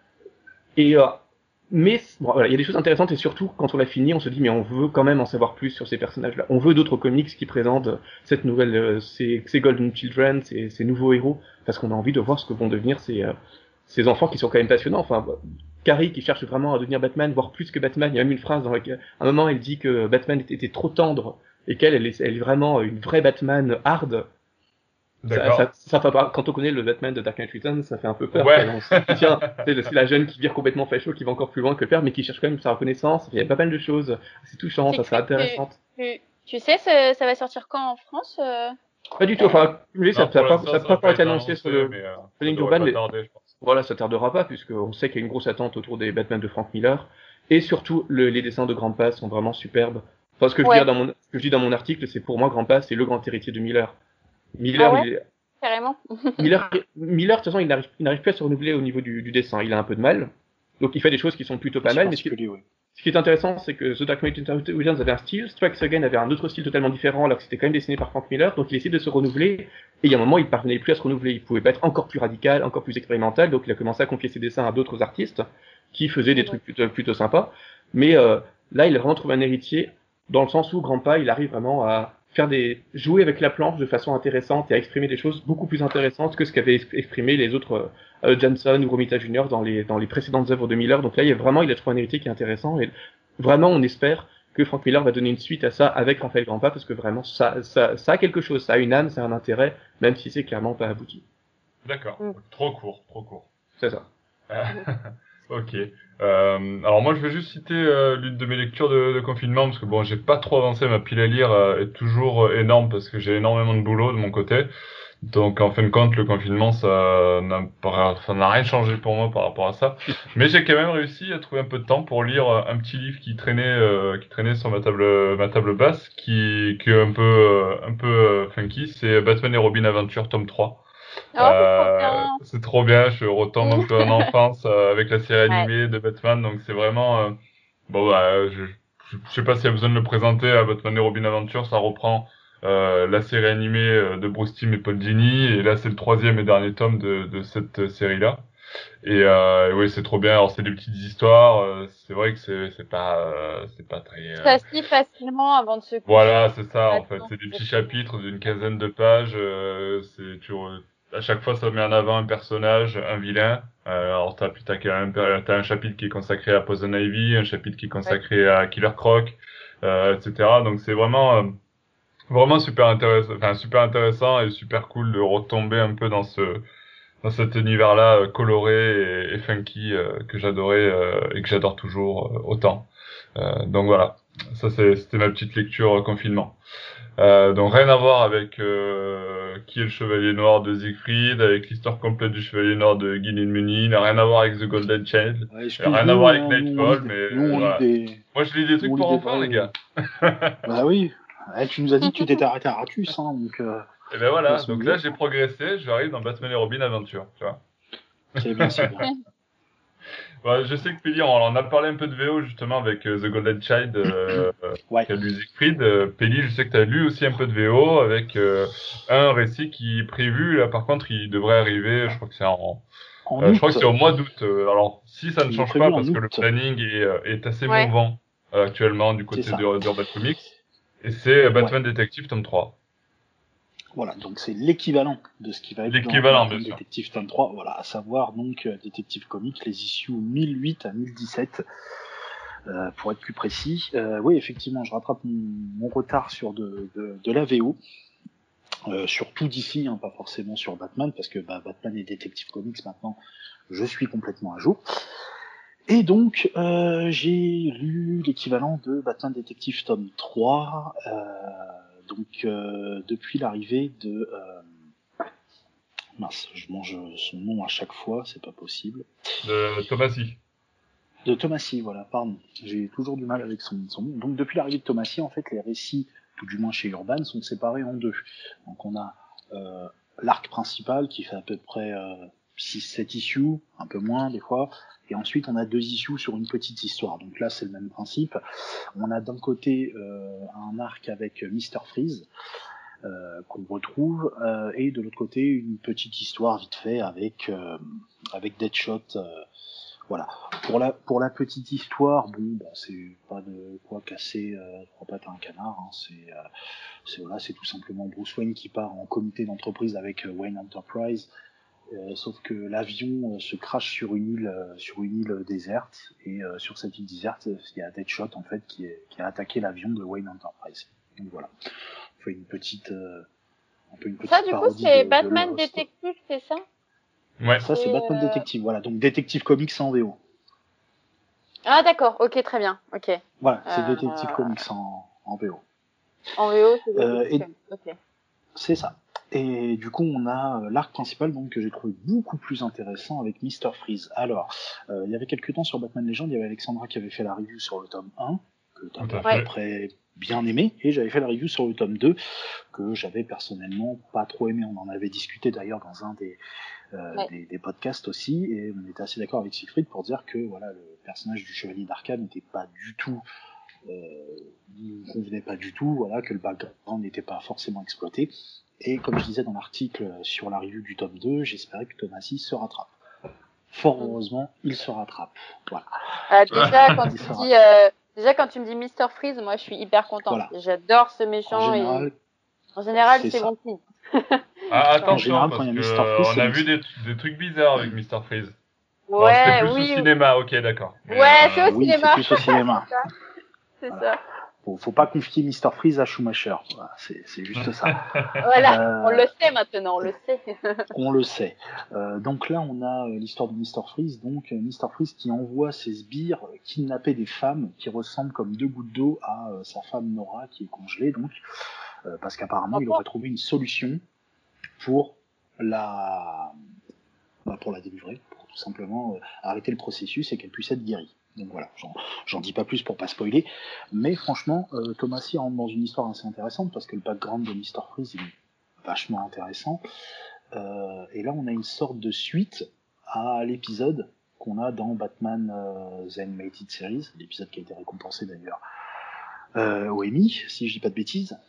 Speaker 4: Mais il y a des choses intéressantes, et surtout, quand on l'a fini, on se dit, mais on veut quand même en savoir plus sur ces personnages-là. On veut d'autres comics qui présentent cette nouvelle, ces Golden Children, ces nouveaux héros, parce qu'on a envie de voir ce que vont devenir ces enfants qui sont quand même passionnants. Enfin, Carrie qui cherche vraiment à devenir Batman, voire plus que Batman. Il y a même une phrase dans laquelle, à un moment, elle dit que Batman était trop tendre, et qu'elle est vraiment une vraie Batman hard. Ça fait pas, quand on connaît le Batman de Dark Knight Returns, ça fait un peu peur.
Speaker 1: Ouais.
Speaker 4: Tiens, c'est la jeune qui vire complètement facho, qui va encore plus loin que le père, mais qui cherche quand même sa reconnaissance. Il y a pas mal de choses. C'est touchant, ça serait intéressant.
Speaker 2: Tu sais, ça va sortir quand en France
Speaker 4: Pas du tout. Enfin, ça n'a pas été annoncé sur le planning d'Urban, mais voilà, ça tardera pas, puisqu'on sait qu'il y a une grosse attente autour des Batman de Frank Miller. Et surtout, les dessins de Grandpa sont vraiment superbes. Enfin, ce que je dis dans mon article, c'est pour moi, Grandpa, c'est le grand héritier de Miller.
Speaker 2: Carrément.
Speaker 4: Miller, de toute façon, il n'arrive plus à se renouveler au niveau du dessin. Il a un peu de mal. Donc, il fait des choses qui sont plutôt pas mal. Mais ce Ce qui est intéressant, c'est que The Dark Knight Returns avait un style, Strikes Again avait un autre style totalement différent, alors que c'était quand même dessiné par Frank Miller, donc il essayait de se renouveler, et il y a un moment, il parvenait plus à se renouveler, il pouvait pas être encore plus radical, encore plus expérimental, donc il a commencé à confier ses dessins à d'autres artistes, qui faisaient des trucs plutôt sympas, mais là, il a vraiment trouvé un héritier, dans le sens où Grandpa, il arrive vraiment à jouer avec la planche de façon intéressante et à exprimer des choses beaucoup plus intéressantes que ce qu'avaient exprimé les autres Johnson ou Romita Jr. dans les précédentes œuvres de Miller. Donc là, il a trouvé un héritier qui est intéressant et vraiment, on espère que Frank Miller va donner une suite à ça avec Raphaël Grandpa parce que vraiment, ça a quelque chose, ça a une âme, ça a un intérêt, même si c'est clairement pas abouti.
Speaker 1: D'accord. Trop court.
Speaker 4: C'est ça.
Speaker 1: Ok. Alors moi je vais juste citer l'une de mes lectures de confinement parce que bon j'ai pas trop avancé, ma pile à lire est toujours énorme parce que j'ai énormément de boulot de mon côté. Donc en fin de compte le confinement ça n'a rien changé pour moi par rapport à ça. Mais j'ai quand même réussi à trouver un peu de temps pour lire un petit livre qui traînait sur ma table basse qui est un peu funky, c'est Batman et Robin Adventure tome 3. C'est trop bien, je retombe un peu en enfance avec la série animée de Batman, donc c'est vraiment je sais pas s'il y a besoin de le présenter à Batman et Robin Adventure, ça reprend la série animée de Bruce Timm et Paul Dini, et là c'est le 3e et dernier tome de cette série-là. Et oui, c'est trop bien. Alors c'est des petites histoires, c'est vrai que c'est pas très
Speaker 2: ça se lit facilement avant de se coucher.
Speaker 1: Voilà, c'est ça en fait, c'est des petits chapitres d'une quinzaine de pages, à chaque fois ça met en avant un personnage, un vilain. Alors t'as un chapitre qui est consacré à Poison Ivy, un chapitre qui est consacré à Killer Croc, etc. Donc c'est vraiment super intéressant et super cool de retomber un peu dans cet univers-là coloré et funky que j'adorais et que j'adore toujours autant. Donc voilà, ça c'était ma petite lecture confinement. Donc rien à voir avec qui est le Chevalier Noir de Siegfried, avec l'histoire complète du Chevalier Noir de Gillian Munin, rien à voir avec The Golden Child, rien à voir avec Nightfall, mais voilà. Moi je lis des trucs pour enfants, les gars.
Speaker 3: Bah oui, tu nous as dit que tu t'étais arrêté à Artus, hein, donc...
Speaker 1: Et ben voilà, donc là j'ai progressé, j'arrive dans Batman et Robin Adventure, tu vois.
Speaker 3: C'est bien, c'est bien.
Speaker 1: Ouais, je sais que Pelli, on en a parlé un peu de VO justement avec The Golden Child qui a lu Siegfried. Pelli, je sais que tu as lu aussi un peu de VO avec un récit qui est prévu. Là, par contre, il devrait arriver, je crois que c'est je crois que c'est au mois d'août. Alors, si ça ne change pas, parce que le planning est assez mouvant actuellement du côté d'Urban Comics, et c'est Batman Detective tome 3.
Speaker 3: Voilà, donc c'est l'équivalent de ce qui va être
Speaker 1: dans
Speaker 3: Detective tome 3, voilà, à savoir donc Detective Comics, les issues 1008 à 1017, pour être plus précis. Oui, effectivement, je rattrape mon retard sur de la VO, surtout d'ici, hein, pas forcément sur Batman, parce que Batman et Detective Comics, maintenant, je suis complètement à jour. Et donc, j'ai lu l'équivalent de Batman Detective tome 3, donc depuis l'arrivée de mince, je mange son nom à chaque fois, c'est pas possible.
Speaker 1: De Tomasi.
Speaker 3: De Tomasi, voilà, pardon. J'ai toujours du mal avec son nom. Donc depuis l'arrivée de Tomasi, en fait, les récits, tout du moins chez Urban, sont séparés en deux. Donc on a l'arc principal qui fait à peu près 6-7 issues, un peu moins des fois, et ensuite on a 2 issues sur une petite histoire. Donc là c'est le même principe. On a d'un côté un arc avec Mr. Freeze, qu'on retrouve, et de l'autre côté une petite histoire vite fait avec Deadshot. Voilà. Pour la petite histoire, bon, c'est pas de quoi casser 3 pattes à un canard. Hein. C'est tout simplement Bruce Wayne qui part en comité d'entreprise avec Wayne Enterprise. Sauf que l'avion se crache sur une île déserte, et sur cette île déserte, il y a Deadshot en fait qui a attaqué l'avion de Wayne Enterprise. Donc voilà. On fait une petite
Speaker 2: ça, du coup, c'est Batman Detective, c'est ça?
Speaker 1: Ouais.
Speaker 3: Ça, c'est Batman Detective, voilà. Donc, Detective Comics en VO.
Speaker 2: Ah, d'accord, ok, très bien, ok.
Speaker 3: Voilà, c'est Detective Comics en VO.
Speaker 2: En VO, c'est Detective Comics, ok.
Speaker 3: C'est ça. Et du coup, on a l'arc principal donc, que j'ai trouvé beaucoup plus intéressant avec Mr. Freeze. Alors, il y avait quelques temps sur Batman Legend, il y avait Alexandra qui avait fait la review sur le tome 1, que tu as à peu près bien aimé, et j'avais fait la review sur le tome 2, que j'avais personnellement pas trop aimé. On en avait discuté d'ailleurs dans un des podcasts aussi, et on était assez d'accord avec Siegfried pour dire que voilà, le personnage du Chevalier d'Arkham n'était pas du tout ne convenait pas du tout, voilà, que le background n'était pas forcément exploité. Et comme je disais dans l'article sur la review du tome 2, j'espérais que Tomasi se rattrape. Fort heureusement, il se rattrape. Voilà.
Speaker 2: Déjà, quand tu me dis Mr. Freeze, moi je suis hyper contente. Voilà. J'adore ce méchant. En général, c'est bon signe.
Speaker 1: Attention, parce qu'on a vu des trucs bizarres avec Mr. Freeze.
Speaker 2: Ouais,
Speaker 1: c'était plus au cinéma, ok, d'accord.
Speaker 2: Ouais, c'est au cinéma.
Speaker 3: C'est plus au cinéma.
Speaker 2: C'est ça.
Speaker 3: Faut pas confier Mr. Freeze à Schumacher. Voilà, c'est juste ça.
Speaker 2: Voilà, on le sait maintenant, on le sait.
Speaker 3: On le sait. Donc là, on a l'histoire de Mr. Freeze. Donc Mr. Freeze qui envoie ses sbires kidnapper des femmes qui ressemblent comme 2 gouttes d'eau à sa femme Nora qui est congelée. Donc parce qu'apparemment, il aurait trouvé une solution pour la délivrer, pour tout simplement arrêter le processus et qu'elle puisse être guérie. Donc voilà, j'en dis pas plus pour pas spoiler, mais franchement, Tomasi rentre dans une histoire assez intéressante parce que le background de Mr. Freeze est vachement intéressant. Et là, on a une sorte de suite à l'épisode qu'on a dans Batman The Animated Series, l'épisode qui a été récompensé d'ailleurs au Emmy, si je dis pas de bêtises.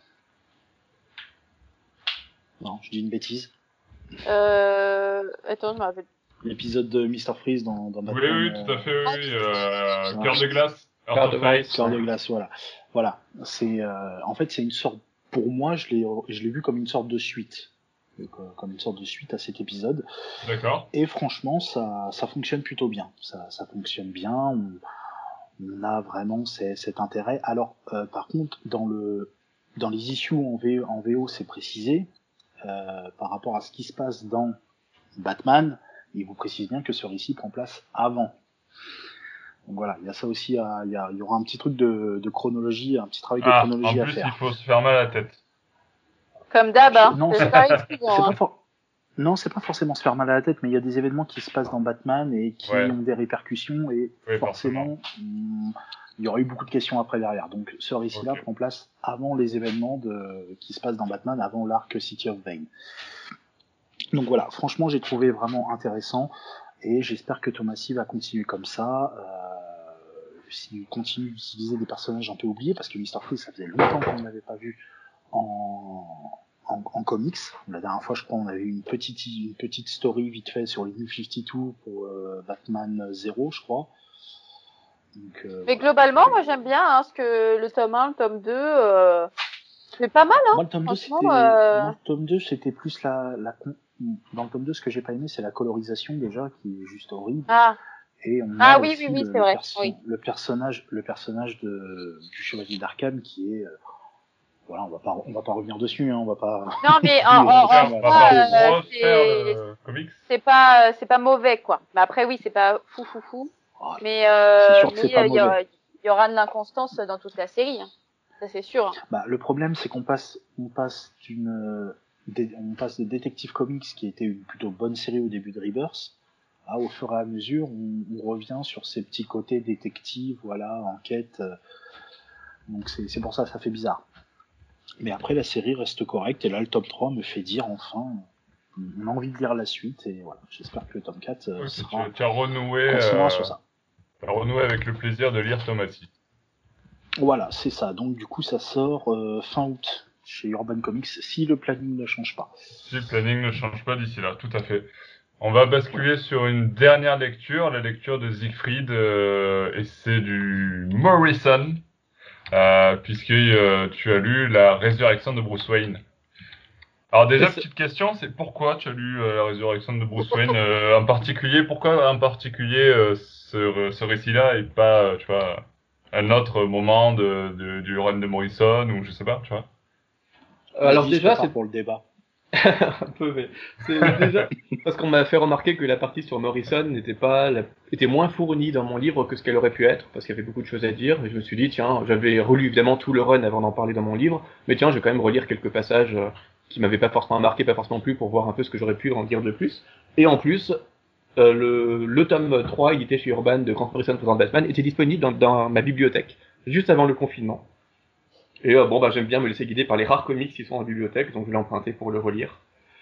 Speaker 3: Non, je dis une bêtise.
Speaker 2: Attends, je me rappelle.
Speaker 3: L'épisode de Mr. Freeze dans Batman.
Speaker 1: Oui, tout à fait, oui. Cœur de glace.
Speaker 3: Cœur de glace, voilà. Voilà. C'est, en fait, c'est une sorte, pour moi, je l'ai vu comme une sorte de suite. Comme une sorte de suite à cet épisode.
Speaker 1: D'accord.
Speaker 3: Et franchement, ça fonctionne plutôt bien. Ça fonctionne bien. On a vraiment cet intérêt. Alors, par contre, dans les issues en VO, c'est précisé, par rapport à ce qui se passe dans Batman, il vous précise bien que ce récit prend place avant. Donc voilà, il y a ça aussi, il y aura un petit truc de chronologie, un petit travail de chronologie à faire.
Speaker 1: En plus, il faut se faire mal à la tête.
Speaker 2: Comme d'hab, hein.
Speaker 3: Non, c'est pas forcément se faire mal à la tête, mais il y a des événements qui se passent dans Batman et qui ont des répercussions, et forcément, il y aura eu beaucoup de questions après derrière. Donc ce récit-là prend place avant les événements qui se passent dans Batman, avant l'arc City of Bane. Donc voilà, franchement, j'ai trouvé vraiment intéressant, et j'espère que Tomasi va continuer comme ça. S'il continue d'utiliser des personnages un peu oubliés, parce que Mr. Freeze, ça faisait longtemps qu'on ne l'avait pas vu en comics. La dernière fois, je crois, on avait eu une petite story vite fait sur les New 52 pour Batman 0, je crois. Donc,
Speaker 2: mais globalement, moi j'aime bien parce que le tome 1, le tome 2, c'est pas mal. Hein.
Speaker 3: Moi, le tome 2, c'était plus dans le tome 2, ce que j'ai pas aimé, c'est la colorisation déjà, qui est juste horrible. Et on a
Speaker 2: oui,
Speaker 3: aussi
Speaker 2: c'est vrai.
Speaker 3: le personnage du Chevalier d'Arkham qui est voilà, on va pas revenir dessus, hein, on va pas.
Speaker 2: Non, mais c'est pas mauvais, quoi. Mais après, oui, c'est pas fou. Mais il y aura de l'inconstance dans toute la série, hein. Ça c'est sûr.
Speaker 3: Bah, le problème, c'est qu'on passe de Detective Comics, qui était une plutôt bonne série au début de Rebirth, au fur et à mesure, on revient sur ces petits côtés détective, voilà, enquête. Donc c'est pour ça fait bizarre. Mais après, la série reste correcte, et là, le tome 3 me fait dire, enfin, on a envie de lire la suite, et voilà, j'espère que le tome 4 sera
Speaker 1: tu as renoué
Speaker 3: sur ça.
Speaker 1: Tu as renoué avec le plaisir de lire Tomasi.
Speaker 3: Voilà, c'est ça. Donc du coup, ça sort fin août chez Urban Comics, si le planning ne change pas.
Speaker 1: Si le planning ne change pas d'ici là, tout à fait. On va basculer sur une dernière lecture, la lecture de Siegfried, et c'est du Morrison, puisque tu as lu La Résurrection de Bruce Wayne. Alors déjà, petite question, c'est pourquoi tu as lu La Résurrection de Bruce Wayne en particulier? Pourquoi en particulier ce récit-là et pas, tu vois, un autre moment du run de Morrison, ou je sais pas, tu vois?
Speaker 4: Alors déjà, c'est
Speaker 3: pour le débat.
Speaker 4: un peu, mais c'est déjà parce qu'on m'a fait remarquer que la partie sur Morrison était moins fournie dans mon livre que ce qu'elle aurait pu être, parce qu'il y avait beaucoup de choses à dire, et je me suis dit, tiens, j'avais relu évidemment tout le run avant d'en parler dans mon livre, mais tiens, je vais quand même relire quelques passages qui m'avaient pas forcément marqué, pas forcément plu, pour voir un peu ce que j'aurais pu en dire de plus. Et en plus, le tome 3, il était chez Urban de Grant Morrison présente Batman, était disponible dans ma bibliothèque, juste avant le confinement. Et j'aime bien me laisser guider par les rares comics qui sont en bibliothèque, donc je l'ai emprunté pour le relire.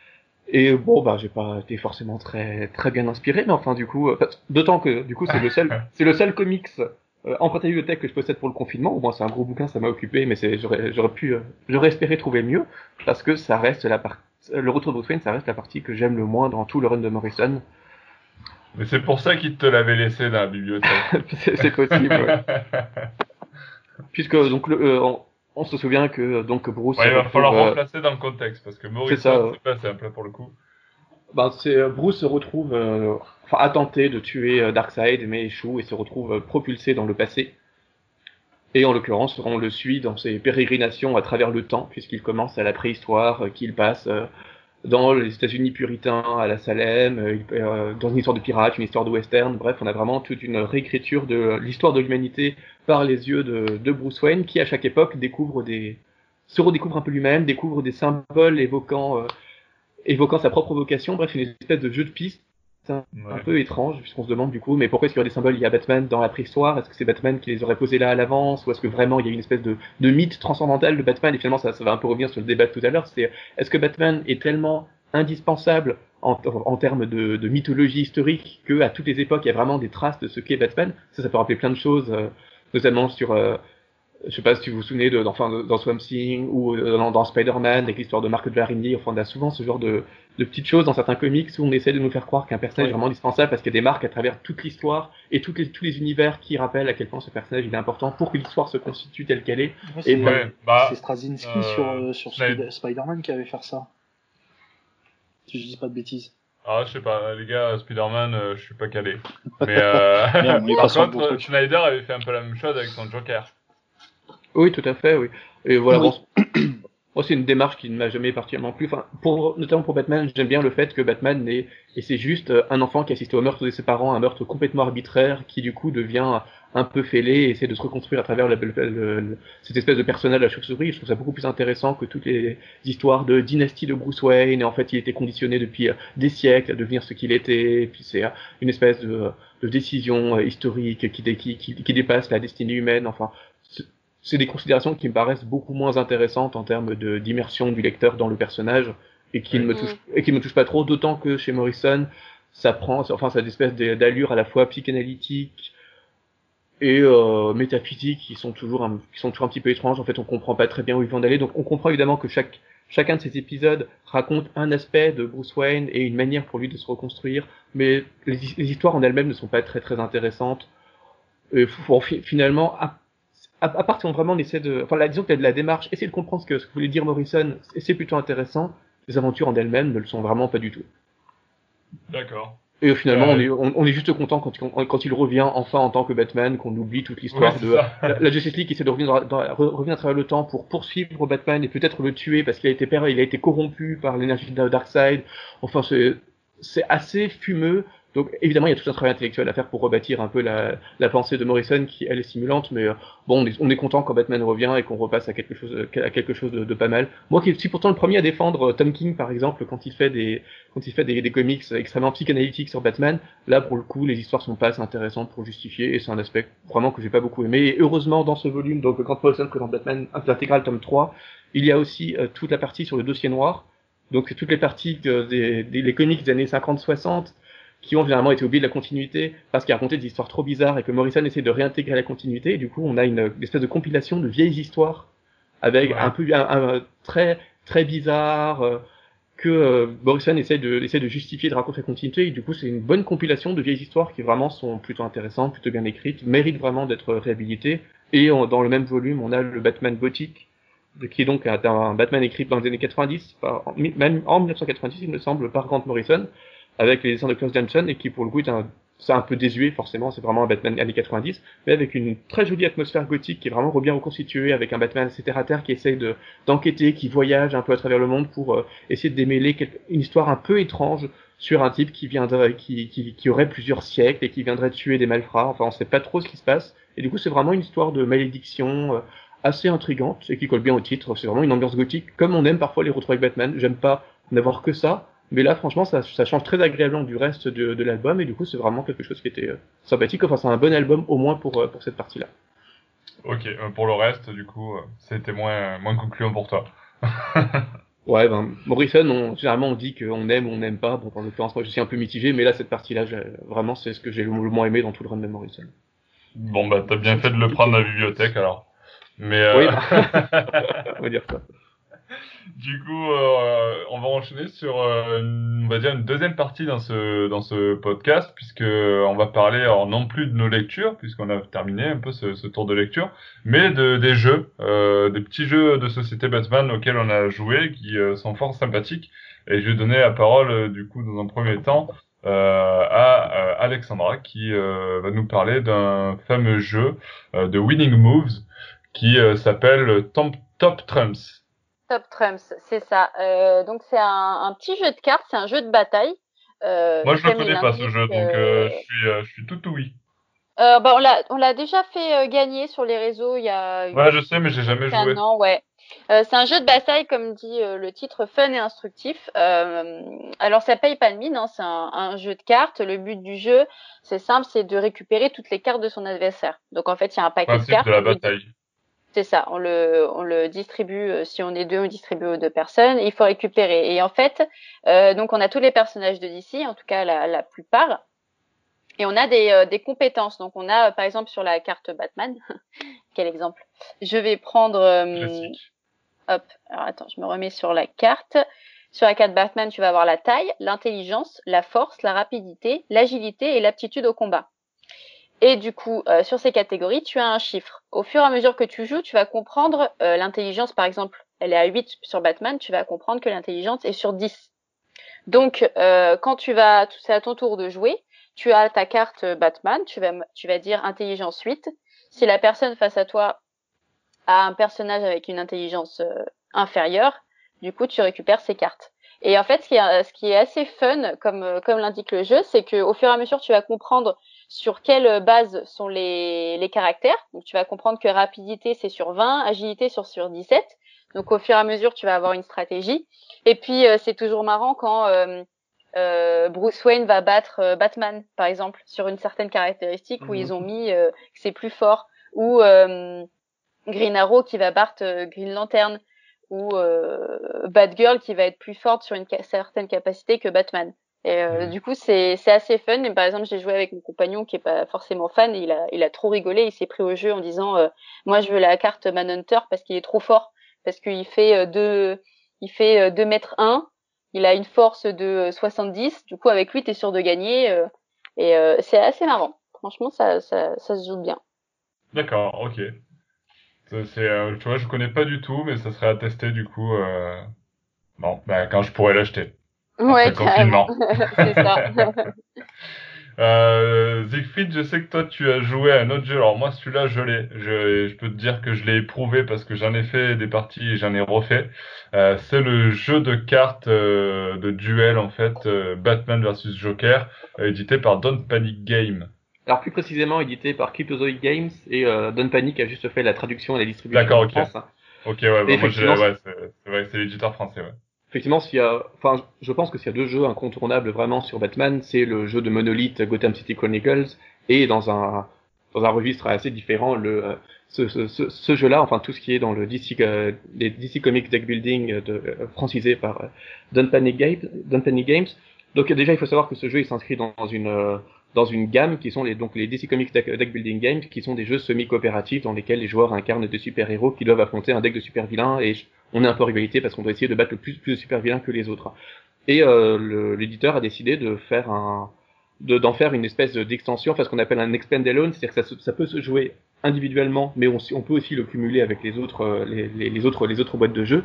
Speaker 4: Et bon, bah, j'ai pas été forcément très très bien inspiré, mais enfin, du coup, d'autant que du coup, c'est le seul comics en prêt à bibliothèque que je possède pour le confinement. Au moins, c'est un gros bouquin, ça m'a occupé, mais j'aurais espéré trouver mieux, parce que ça reste le retour de Bruce Wayne, ça reste la partie que j'aime le moins dans tout le run de Morrison.
Speaker 1: Mais c'est pour ça qu'il te l'avait laissé dans la bibliothèque.
Speaker 4: C'est possible, ouais. Puisque donc on se souvient que donc Bruce.
Speaker 1: Ouais, il va falloir replacer dans le contexte parce que Morrison, c'est pas simple pour le coup.
Speaker 4: Ben, Bruce se retrouve, a tenté de tuer Darkseid, mais échoue et se retrouve propulsé dans le passé. Et en l'occurrence, on le suit dans ses pérégrinations à travers le temps, puisqu'il commence à la préhistoire, qu'il passe dans les États-Unis puritains, à la Salem, dans une histoire de pirate, une histoire de western. Bref, on a vraiment toute une réécriture de l'histoire de l'humanité par les yeux de Bruce Wayne, qui à chaque époque se redécouvre un peu lui-même, découvre des symboles évoquant sa propre vocation. Bref, une espèce de jeu de pistes un peu étrange, puisqu'on se demande du coup, mais pourquoi est-ce qu'il y aurait des symboles liés à Batman dans la préhistoire? Est-ce que c'est Batman qui les aurait posés là à l'avance? Ou est-ce que vraiment il y a une espèce de mythe transcendantal de Batman? Et finalement, ça va un peu revenir sur le débat de tout à l'heure, c'est est-ce que Batman est tellement indispensable en termes de mythologie historique que à toutes les époques il y a vraiment des traces de ce qu'est Batman? Ça peut rappeler plein de choses, notamment sur je sais pas si vous vous souvenez dans Swamp Thing ou dans Spider-Man avec l'histoire de Mark Varini. Enfin, on a souvent ce genre de petites choses dans certains comics où on essaie de nous faire croire qu'un personnage est vraiment indispensable parce qu'il y a des marques à travers toute l'histoire et tous les univers qui rappellent à quel point ce personnage il est important pour que l'histoire se constitue telle qu'elle est.
Speaker 3: C'est Straczynski sur Spider-Man qui avait fait ça. Si je dis pas de bêtises.
Speaker 1: Ah, je sais pas, les gars, Spider-Man, je suis pas calé. Mais par contre, Schneider avait fait un peu la même chose avec son Joker.
Speaker 4: Oui, tout à fait, oui. Et voilà, bon, moi, c'est une démarche qui ne m'a jamais particulièrement plu. Enfin, notamment pour Batman, j'aime bien le fait que Batman et c'est juste un enfant qui assistait au meurtre de ses parents, un meurtre complètement arbitraire, qui du coup devient un peu fêlé et essaie de se reconstruire à travers cette espèce de personnage à la chauve-souris. Je trouve ça beaucoup plus intéressant que toutes les histoires de dynastie de Bruce Wayne, et en fait, il était conditionné depuis des siècles à devenir ce qu'il était, et puis c'est une espèce de décision historique qui dépasse la destinée humaine, enfin, c'est des considérations qui me paraissent beaucoup moins intéressantes en termes d'immersion du lecteur dans le personnage et qui ne me touchent pas trop, d'autant que chez Morrison, ça prend cette espèce d'allure à la fois psychanalytique et métaphysique qui sont toujours un petit peu étranges. En fait, on comprend pas très bien où ils vont aller. Donc on comprend évidemment que chacun de ces épisodes raconte un aspect de Bruce Wayne et une manière pour lui de se reconstruire, mais les histoires en elles-mêmes ne sont pas très très intéressantes. Et finalement, à part si on vraiment essaie disons que la démarche, essayer de comprendre ce que voulait dire Morrison, c'est plutôt intéressant. Les aventures en elles-mêmes ne le sont vraiment pas du tout.
Speaker 1: D'accord.
Speaker 4: Et finalement, on est juste content quand il revient enfin en tant que Batman, qu'on oublie toute l'histoire la Justice League qui essaie de revenir à travers le temps pour poursuivre Batman et peut-être le tuer parce qu'il a été corrompu par l'énergie de Darkseid. Enfin, c'est assez fumeux. Donc évidemment, il y a tout un travail intellectuel à faire pour rebâtir un peu la pensée de Morrison qui elle est stimulante, mais bon, on est content quand Batman revient et qu'on repasse à quelque chose de pas mal. Moi qui suis pourtant le premier à défendre Tom King par exemple quand il fait des comics extrêmement psychanalytiques sur Batman, là pour le coup les histoires sont pas assez intéressantes pour justifier et c'est un aspect vraiment que j'ai pas beaucoup aimé. Et heureusement dans ce volume, donc quand Morrison présente Batman intégral tome 3, il y a aussi toute la partie sur le dossier noir. Donc c'est toutes les parties des comics des années 50-60 qui ont généralement été oubliés de la continuité parce qu'ils racontaient des histoires trop bizarres et que Morrison essaie de réintégrer la continuité. Et du coup, on a une espèce de compilation de vieilles histoires avec un très très bizarre que Morrison essaie de justifier, de raconter la continuité. Et du coup, c'est une bonne compilation de vieilles histoires qui vraiment sont plutôt intéressantes, plutôt bien écrites, méritent vraiment d'être réhabilitées. Et dans le même volume, on a le Batman gothique, qui est donc un Batman écrit dans les années 90, même en 1990, il me semble, par Grant Morrison, avec les dessins de Klaus Janson, et qui pour le coup c'est un peu désuet forcément, c'est vraiment un Batman années 90, mais avec une très jolie atmosphère gothique qui est vraiment bien reconstituée, avec un Batman assez terre à terre qui essaye d'enquêter, qui voyage un peu à travers le monde pour essayer de démêler une histoire un peu étrange sur un type qui aurait plusieurs siècles et qui viendrait tuer des malfrats. Enfin, on sait pas trop ce qui se passe, et du coup c'est vraiment une histoire de malédiction assez intrigante et qui colle bien au titre. C'est vraiment une ambiance gothique comme on aime parfois les retrouver avec Batman. J'aime pas n'avoir que ça, mais là franchement ça change très agréablement du reste de l'album et du coup c'est vraiment quelque chose qui était sympathique. Enfin c'est un bon album au moins pour cette partie là.
Speaker 1: Ok, pour le reste du coup c'était moins concluant pour toi.
Speaker 4: Ouais, Morrison, généralement on dit qu'on aime ou on n'aime pas. Bon, en l'occurrence, moi je suis un peu mitigé, mais là, cette partie-là, vraiment, c'est ce que j'ai le moins aimé dans tout le run de Morrison.
Speaker 1: Bon, bah, t'as bien fait de le prendre à la bibliothèque, alors. Mais,
Speaker 4: Oui, on va dire ça.
Speaker 1: Du coup, on va enchaîner sur, on va dire une deuxième partie dans ce podcast, puisque on va parler, alors non plus de nos lectures, puisqu'on a terminé un peu ce tour de lecture, mais des jeux, des petits jeux de société Batman auxquels on a joué, qui sont fort sympathiques. Et je vais donner la parole, du coup, dans un premier temps, à Alexandra, qui va nous parler d'un fameux jeu de Winning Moves qui s'appelle Top Trumps.
Speaker 2: Top Trumps, c'est ça. Donc c'est un petit jeu de cartes, c'est un jeu de bataille.
Speaker 1: Moi, je le
Speaker 2: Comme il
Speaker 1: connais pas ce
Speaker 2: l'indique,
Speaker 1: jeu, donc je suis tout oui.
Speaker 2: bah, on l'a déjà fait gagner sur les réseaux il y a
Speaker 1: Ouais, je sais, mais j'ai jamais joué.
Speaker 2: un an, ouais. C'est un jeu de bataille, comme dit le titre, fun et instructif. Alors ça paye pas de mine, hein, c'est un jeu de cartes. Le but du jeu, c'est simple, c'est de récupérer toutes les cartes de son adversaire. Donc en fait, il y a un paquet de
Speaker 1: Principe
Speaker 2: cartes.
Speaker 1: de la bataille.
Speaker 2: C'est ça, on le distribue, si on est deux, on distribue aux deux personnes, et il faut récupérer. Et en fait, donc on a tous les personnages de DC, en tout cas la plupart, et on a des compétences. Donc on a, par exemple, sur la carte Batman, quel exemple? Je vais prendre,
Speaker 1: Classique.
Speaker 2: hop, alors attends, je me remets sur la carte. Sur la carte Batman, tu vas avoir la taille, l'intelligence, la force, la rapidité, l'agilité et l'aptitude au combat. Et du coup, sur ces catégories, tu as un chiffre. Au fur et à mesure que tu joues, tu vas comprendre l'intelligence, par exemple, elle est à 8 sur Batman, tu vas comprendre que l'intelligence est sur 10. Donc, quand c'est à ton tour de jouer, tu as ta carte Batman, tu vas dire intelligence 8. Si la personne face à toi a un personnage avec une intelligence inférieure, du coup, tu récupères ses cartes. Et en fait, ce qui est assez fun, comme l'indique le jeu, c'est que au fur et à mesure, tu vas comprendre sur quelle base sont les caractères. Donc, tu vas comprendre que rapidité, c'est sur 20, agilité sur 17. Donc, au fur et à mesure, tu vas avoir une stratégie. Et puis, c'est toujours marrant quand Bruce Wayne va battre Batman, par exemple, sur une certaine caractéristique où ils ont mis que c'est plus fort. Ou Green Arrow qui va battre Green Lantern, ou Batgirl qui va être plus forte sur une certaine capacité que Batman. Et du coup, c'est assez fun. Et par exemple, j'ai joué avec mon compagnon qui est pas forcément fan et il a trop rigolé. Il s'est pris au jeu en disant moi, je veux la carte Manhunter parce qu'il est trop fort, parce qu'il fait 2 mètres 1. Il a une force de 70. Du coup, avec lui, t'es sûr de gagner. C'est assez marrant. Franchement, ça se joue bien.
Speaker 1: D'accord, ok. Tu vois, je connais pas du tout, mais ça serait à tester du coup. Bon, bah, quand je pourrais l'acheter. Après
Speaker 2: Ouais,
Speaker 1: le
Speaker 2: carrément.
Speaker 1: confinement.
Speaker 2: C'est ça.
Speaker 1: Siegfried, je sais que toi tu as joué à un autre jeu. Alors moi celui-là je l'ai. Je peux te dire que je l'ai éprouvé parce que j'en ai fait des parties et j'en ai refait. C'est le jeu de cartes de duel en fait, Batman versus Joker, édité par Don't Panic Game.
Speaker 4: Alors plus précisément édité par Cryptozoic Games et Don Panic a juste fait la traduction et la distribution
Speaker 1: D'accord,
Speaker 4: en
Speaker 1: ok.
Speaker 4: France.
Speaker 1: Ok, ouais, bah moi
Speaker 4: Effectivement,
Speaker 1: c'est vrai, c'est l'éditeur français, ouais.
Speaker 4: effectivement, je pense que s'il y a deux jeux incontournables vraiment sur Batman, c'est le jeu de Monolith Gotham City Chronicles et dans un registre assez différent, ce jeu-là, enfin tout ce qui est dans le les DC Comics deck building francisé par Don Panic Games. Donc déjà, il faut savoir que ce jeu il s'inscrit dans une gamme qui sont les DC Comics deck building games, qui sont des jeux semi-coopératifs dans lesquels les joueurs incarnent des super-héros qui doivent affronter un deck de super-vilains et on est un peu en rivalité parce qu'on doit essayer de battre le plus de super-vilains que les autres. Et l'éditeur a décidé d'en faire une espèce d'extension, enfin ce qu'on appelle un expand alone, c'est-à-dire que ça peut se jouer individuellement, mais on peut aussi le cumuler avec les autres boîtes de jeux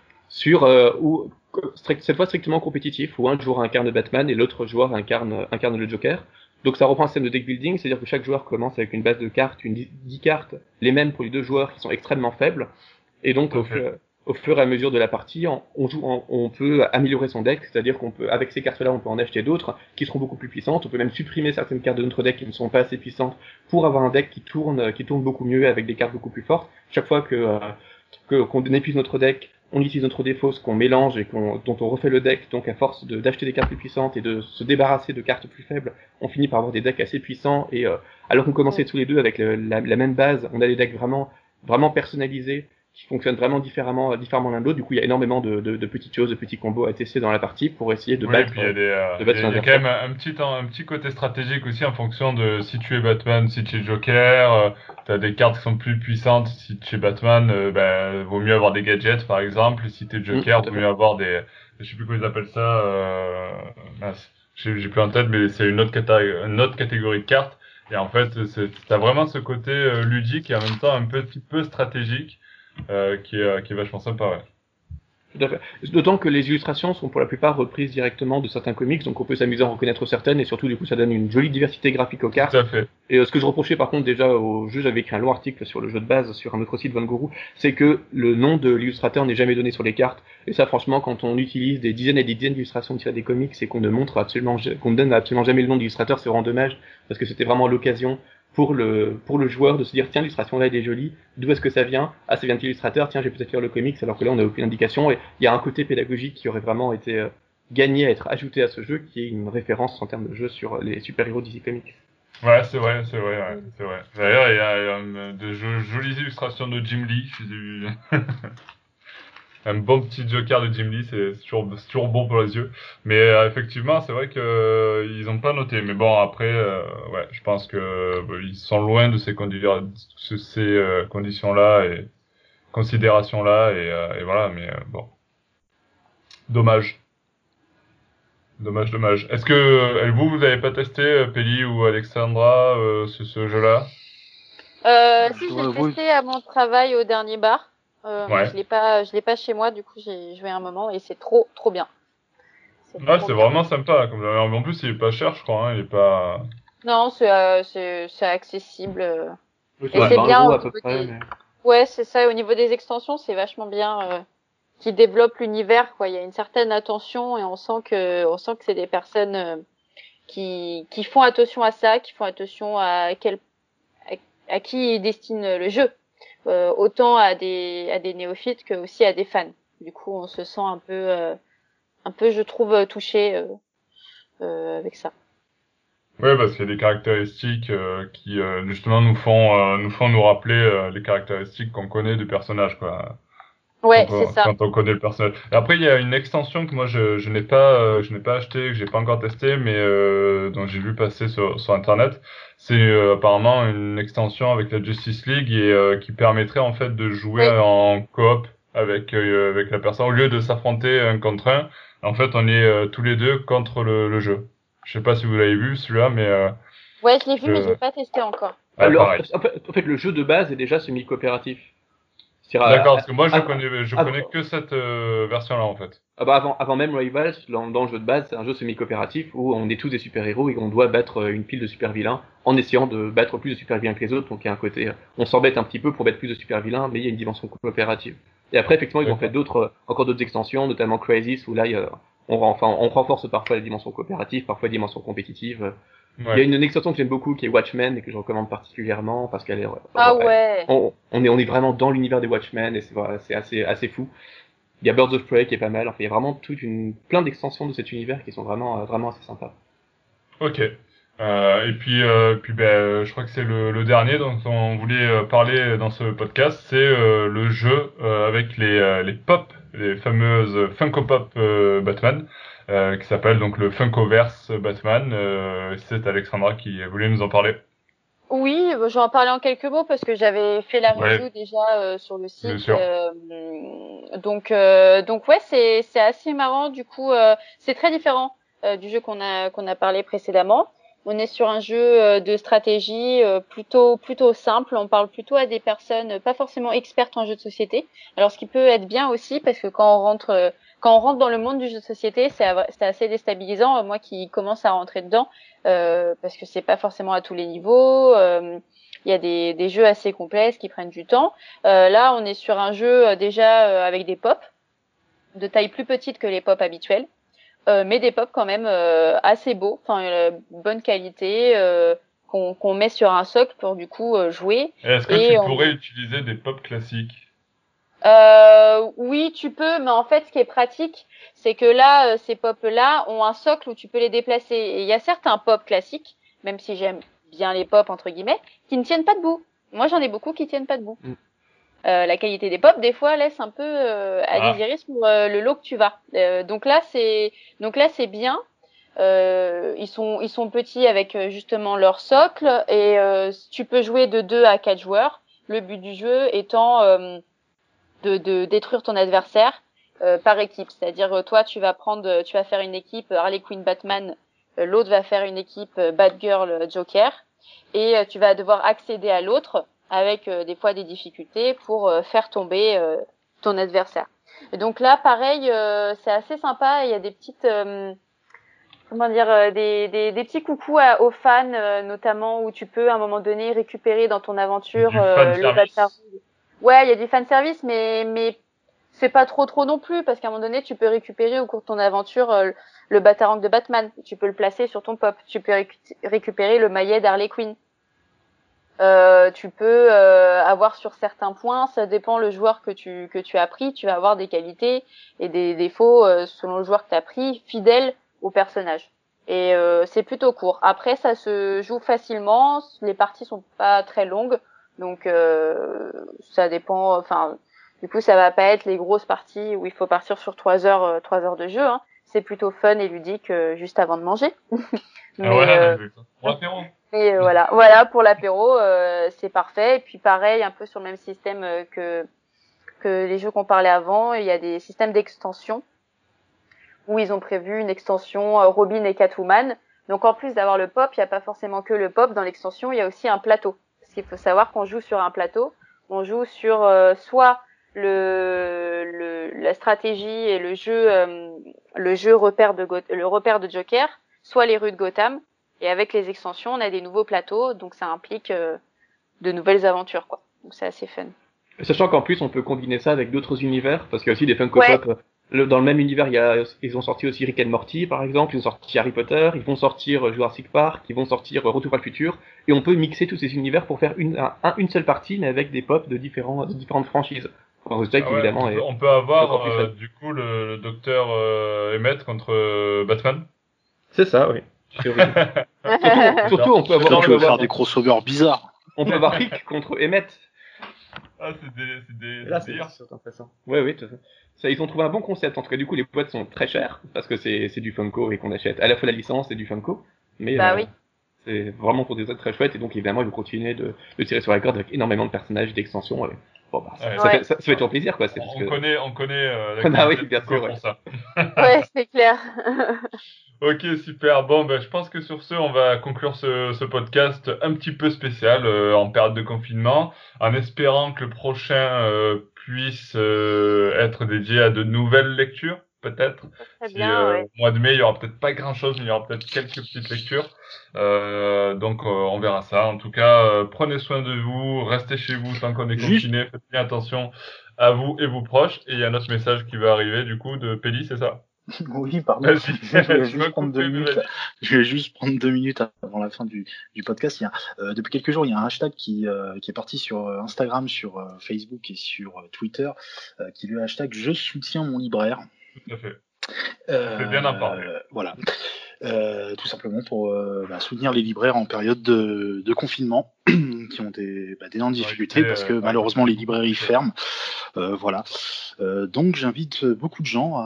Speaker 4: cette fois strictement compétitif, où un joueur incarne Batman et l'autre joueur incarne le Joker. Donc ça reprend un système de deck building, c'est-à-dire que chaque joueur commence avec une base de cartes, 10 cartes, les mêmes pour les deux joueurs qui sont extrêmement faibles. Et donc au fur et à mesure de la partie, on peut améliorer son deck, c'est-à-dire avec ces cartes-là, on peut en acheter d'autres qui seront beaucoup plus puissantes. On peut même supprimer certaines cartes de notre deck qui ne sont pas assez puissantes pour avoir un deck qui tourne beaucoup mieux avec des cartes beaucoup plus fortes. Chaque fois qu'on épuise notre deck, on utilise notre défausse qu'on mélange et dont on refait le deck, donc à force d'acheter des cartes plus puissantes et de se débarrasser de cartes plus faibles, on finit par avoir des decks assez puissants et alors qu'on commençait tous les deux avec la même base, on a des decks vraiment personnalisés qui fonctionnent vraiment différemment l'un de l'autre. Du coup, il y a énormément de petites choses, de petits combos à tester dans la partie pour essayer de battre.
Speaker 1: Il y a quand même un petit côté stratégique aussi en fonction de si tu es Batman, si tu es Joker. T'as des cartes qui sont plus puissantes. Si tu es Batman, vaut mieux avoir des gadgets par exemple. Si t'es Joker, vaut mieux avoir des, je sais plus comment ils appellent ça. Mince, j'ai plus en tête, mais c'est une autre catégorie de cartes. Et en fait, t'as vraiment ce côté ludique et en même temps un petit peu stratégique qui est vachement sympa, ouais.
Speaker 4: Tout à fait. D'autant que les illustrations sont pour la plupart reprises directement de certains comics, donc on peut s'amuser à en reconnaître certaines, et surtout du coup ça donne une jolie diversité graphique aux cartes.
Speaker 1: Tout à fait.
Speaker 4: Et ce que je reprochais par contre déjà au jeu, j'avais écrit un long article sur le jeu de base sur un autre site Van Guru, c'est que le nom de l'illustrateur n'est jamais donné sur les cartes. Et ça franchement, quand on utilise des dizaines et des dizaines d'illustrations tirées des comics et qu'on ne donne absolument jamais le nom d'illustrateur, c'est vraiment dommage, parce que c'était vraiment l'occasion pour le joueur de se dire tiens, l'illustration là elle est jolie, d'où est-ce que ça vient? Ah, ça vient de l'illustrateur, tiens, j'ai peut-être lire le comics, alors que là on n'a aucune indication, et il y a un côté pédagogique qui aurait vraiment été gagné à être ajouté à ce jeu, qui est une référence en termes de jeu sur les super-héros DC Comics.
Speaker 1: Ouais, c'est vrai. D'ailleurs, il y a de jolies illustrations de Jim Lee. J'ai vu un bon petit Joker de Jim Lee, c'est toujours bon pour les yeux. Mais effectivement, c'est vrai que ils ont pas noté. Mais bon, après, ouais, je pense que ils sont loin de ces conditions-là et considérations-là et voilà. Mais bon, dommage. Est-ce que vous avez pas testé Peli ou Alexandra ce jeu-là?
Speaker 2: Si, je l'ai testé à mon travail au dernier bar. Mais je l'ai pas chez moi, du coup j'ai joué un moment et c'est trop bien.
Speaker 1: Ouais, c'est vraiment sympa. En plus, il est pas cher, je crois. Hein, il est pas.
Speaker 2: Non, c'est accessible.
Speaker 4: Oui,
Speaker 2: et c'est bien au niveau
Speaker 4: des...
Speaker 2: Ouais, c'est ça. Au niveau des extensions, c'est vachement bien. Qui développe l'univers, quoi. Il y a une certaine attention et on sent que c'est des personnes qui font attention à ça, qui font attention à qui ils destinent le jeu. Autant à des néophytes que aussi à des fans. Du coup, on se sent un peu, je trouve, touché avec ça.
Speaker 1: Oui, parce qu'il y a des caractéristiques qui justement nous font nous rappeler les caractéristiques qu'on connaît du personnage, quoi.
Speaker 2: Ouais, c'est ça.
Speaker 1: Quand on connaît le personnage. Et après, il y a une extension que moi je n'ai pas acheté, que j'ai pas encore testé, mais dont j'ai vu passer sur internet. C'est apparemment une extension avec la Justice League et qui permettrait en fait de jouer en coop avec la personne au lieu de s'affronter un contre un. En fait, on est tous les deux contre le jeu. Je sais pas si vous l'avez vu celui-là, mais
Speaker 2: ouais, je l'ai vu, mais je l'ai pas testé encore.
Speaker 4: Alors, en fait, le jeu de base est déjà semi-coopératif.
Speaker 1: D'accord, parce que moi je connais que cette version-là en fait.
Speaker 4: Avant même Rivals, dans le jeu de base, c'est un jeu semi-coopératif où on est tous des super-héros et on doit battre une pile de super-vilains en essayant de battre plus de super-vilains que les autres. Donc il y a un côté, on s'embête un petit peu pour battre plus de super-vilains, mais il y a une dimension coopérative. Et après, effectivement, ils ont fait encore d'autres extensions, notamment Crisis, où là, on renforce parfois la dimension coopérative, parfois la dimension compétitive. Ouais. Il y a une extension que j'aime beaucoup qui est Watchmen et que je recommande particulièrement parce qu'elle est on est vraiment dans l'univers des Watchmen et c'est assez fou. Il y a Birds of Prey qui est pas mal. Enfin, il y a vraiment plein d'extensions de cet univers qui sont vraiment assez sympas.
Speaker 1: Ok. Et puis je crois que c'est le dernier dont on voulait parler dans ce podcast, c'est le jeu avec les pop, les fameuses Funko Pop Batman. Qui s'appelle donc le Funkoverse Batman. C'est Alexandra qui voulait nous en parler.
Speaker 2: Oui, je vais en parler en quelques mots parce que j'avais fait la review déjà sur le site. Donc ouais, c'est assez marrant. Du coup, c'est très différent du jeu qu'on a parlé précédemment. On est sur un jeu de stratégie plutôt simple. On parle plutôt à des personnes pas forcément expertes en jeu de société. Alors ce qui peut être bien aussi parce que quand on rentre dans le monde du jeu de société, c'est assez déstabilisant. Moi qui commence à rentrer dedans, parce que c'est pas forcément à tous les niveaux. Il y a des jeux assez complexes qui prennent du temps. Là, on est sur un jeu déjà avec des pops de taille plus petite que les pops habituels, mais des pops quand même assez beaux, enfin bonne qualité. Qu'on met sur un socle pour du coup jouer.
Speaker 1: Est-ce que tu pourrais utiliser des pops classiques?
Speaker 2: Oui, tu peux, mais en fait, ce qui est pratique, c'est que là, ces pops-là ont un socle où tu peux les déplacer. Et il y a certains pops classiques, même si j'aime bien les pops entre guillemets, qui ne tiennent pas debout. Moi, j'en ai beaucoup qui tiennent pas debout. la qualité des pop des fois laisse un peu à désirer sur le lot que tu vas. Donc là c'est bien. Ils sont petits avec justement leur socle et tu peux jouer de 2 à 4 joueurs. Le but du jeu étant de détruire ton adversaire par équipe. C'est-à-dire toi tu vas faire une équipe Harley Quinn Batman, l'autre va faire une équipe Batgirl Joker et tu vas devoir accéder à l'autre avec des fois des difficultés pour faire tomber ton adversaire. Et donc là pareil c'est assez sympa, il y a des petites des petits coucous aux fans notamment où tu peux à un moment donné récupérer dans ton aventure le Batarang. Ouais, il y a du fan service mais c'est pas trop non plus parce qu'à un moment donné tu peux récupérer au cours de ton aventure le Batarang de Batman, tu peux le placer sur ton pop, tu peux récupérer le maillet d'Harley Quinn. Tu peux avoir sur certains points, ça dépend le joueur que tu as pris, tu vas avoir des qualités et des défauts selon le joueur que tu as pris, fidèle au personnage. Et c'est plutôt court. Après ça se joue facilement, les parties sont pas très longues. Donc ça dépend, enfin du coup ça va pas être les grosses parties où il faut partir sur 3 heures de jeu hein. C'est plutôt fun et ludique juste avant de manger.
Speaker 1: Mais pour l'apéro.
Speaker 2: Et voilà pour l'apéro, c'est parfait. Et puis pareil, un peu sur le même système que les jeux qu'on parlait avant, il y a des systèmes d'extension où ils ont prévu une extension Robin et Catwoman. Donc en plus d'avoir le pop, il n'y a pas forcément que le pop dans l'extension, il y a aussi un plateau. Parce qu'il faut savoir qu'on joue sur un plateau, on joue sur soit la stratégie et le jeu repère de Joker, soit les rues de Gotham. Et avec les extensions, on a des nouveaux plateaux, donc ça implique de nouvelles aventures, quoi. Donc c'est assez fun.
Speaker 4: Sachant qu'en plus, on peut combiner ça avec d'autres univers, parce qu'il y a aussi des Funko Pop. Dans le même univers, ils ont sorti aussi Rick and Morty, par exemple, ils ont sorti Harry Potter, ils vont sortir Jurassic Park, ils vont sortir Retour vers le futur, et on peut mixer tous ces univers pour faire une seule partie, mais avec des pops de différentes franchises.
Speaker 1: Évidemment, on peut avoir du coup le docteur Emmett contre Batman.
Speaker 4: C'est ça, oui. Surtout, on peut avoir
Speaker 3: faire des crossovers bizarres.
Speaker 4: On peut avoir Rick contre Emmett.
Speaker 1: Ah, c'est des
Speaker 4: intéressant. Oui, tout à fait. Ça, ils ont trouvé un bon concept. En tout cas, du coup, les boîtes sont très chères parce que c'est du Funko et qu'on achète à la fois la licence et du Funko. Mais
Speaker 2: oui.
Speaker 4: C'est vraiment pour des trucs très chouettes et donc évidemment, ils vont continuer de tirer sur la corde avec énormément de personnages, d'extensions. Bon, ça fait toujours plaisir, quoi.
Speaker 1: On connaît
Speaker 4: la oui, bien sûr,
Speaker 1: pour ça.
Speaker 2: Ouais, c'est clair.
Speaker 1: Ok, super. Bon, je pense que sur ce, on va conclure ce podcast un petit peu spécial en période de confinement, en espérant que le prochain puisse être dédié à de nouvelles lectures, peut-être. Au mois de mai, il y aura peut-être pas grand-chose, mais il y aura peut-être quelques petites lectures. Donc, on verra ça. En tout cas, prenez soin de vous, restez chez vous tant qu'on est confiné, faites bien attention à vous et vos proches. Et il y a un autre message qui va arriver, du coup, de Péli, c'est ça?
Speaker 3: Oui, pardon. Je vais juste prendre 2 minutes avant la fin du podcast. Depuis quelques jours, il y a un hashtag qui est parti sur Instagram, sur Facebook et sur Twitter, qui est le hashtag Je soutiens mon libraire.
Speaker 1: Tout à fait. C'est bien d'en parler.
Speaker 3: Voilà. Tout simplement pour soutenir les libraires en période de confinement qui ont d'énormes difficultés parce que malheureusement les librairies ferment. Voilà. Donc j'invite beaucoup de gens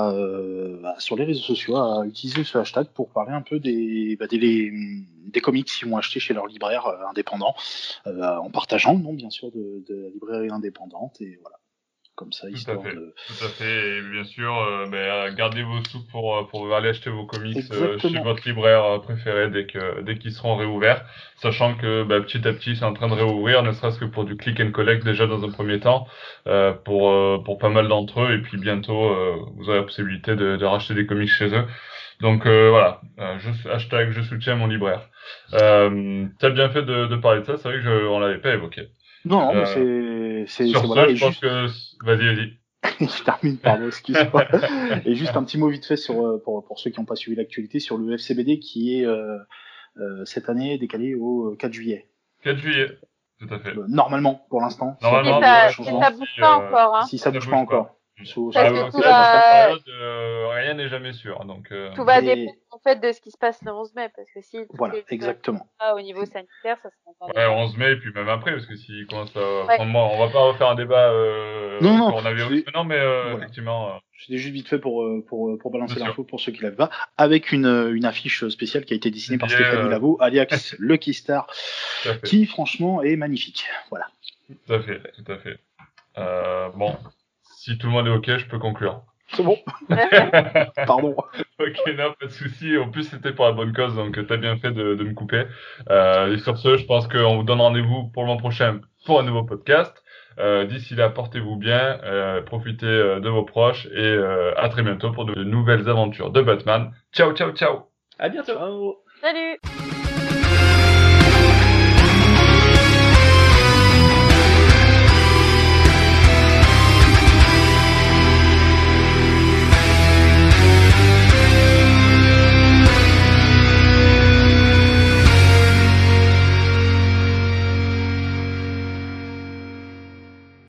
Speaker 3: sur les réseaux sociaux à utiliser ce hashtag pour parler un peu des comics qu'ils vont acheter chez leurs libraires indépendants, en partageant le nom bien sûr de la librairie indépendante et voilà. Comme ça, histoire de...
Speaker 1: Tout à fait, et bien sûr, gardez vos sous pour aller acheter vos comics chez votre libraire préféré dès qu'ils seront réouverts, sachant que petit à petit c'est en train de réouvrir, ne serait-ce que pour du click and collect déjà dans un premier temps, pour pas mal d'entre eux, et puis bientôt vous aurez la possibilité de racheter des comics chez eux. Donc voilà, hashtag je soutiens mon libraire. T'as bien fait de parler de ça, c'est vrai que on l'avait pas évoqué.
Speaker 3: Non, mais
Speaker 1: sur
Speaker 3: voilà,
Speaker 1: je pense que vas-y.
Speaker 3: Je termine, pardon, excuse-moi. Et juste un petit mot vite fait pour ceux qui n'ont pas suivi l'actualité sur le FCBD qui est cette année décalé au 4 juillet.
Speaker 1: 4 juillet, tout à fait.
Speaker 3: Normalement, pour l'instant.
Speaker 2: Normalement, si ça bouge pas encore. Hein.
Speaker 3: Si ça bouge pas encore.
Speaker 1: Rien rien n'est jamais sûr. Donc,
Speaker 2: tout va dépendre en fait de ce qui se passe le 11 mai, parce que si
Speaker 3: voilà, exactement.
Speaker 2: Au niveau sanitaire, ça sera
Speaker 1: ouais, 11 mai, et puis même après, parce que s'il commence à... Enfin, moi, on va pas refaire un débat coronavirus maintenant, mais voilà. Effectivement...
Speaker 3: C'était juste vite fait pour balancer l'info pour ceux qui l'avaient pas, avec une affiche spéciale qui a été dessinée par Stéphanie Lavaux, alias Lucky Star, qui franchement est magnifique. Voilà.
Speaker 1: Tout à fait, tout à fait. Bon, si tout le monde est OK, je peux conclure.
Speaker 3: C'est bon. Pardon.
Speaker 1: Ok, non, pas de souci. En plus, c'était pour la bonne cause, donc t'as bien fait de me couper. Et sur ce, je pense qu'on vous donne rendez-vous pour le mois prochain pour un nouveau podcast. D'ici là, portez-vous bien, profitez de vos proches et à très bientôt pour de nouvelles aventures de Batman. Ciao, ciao, ciao.
Speaker 4: À bientôt.
Speaker 3: Ciao.
Speaker 2: Salut.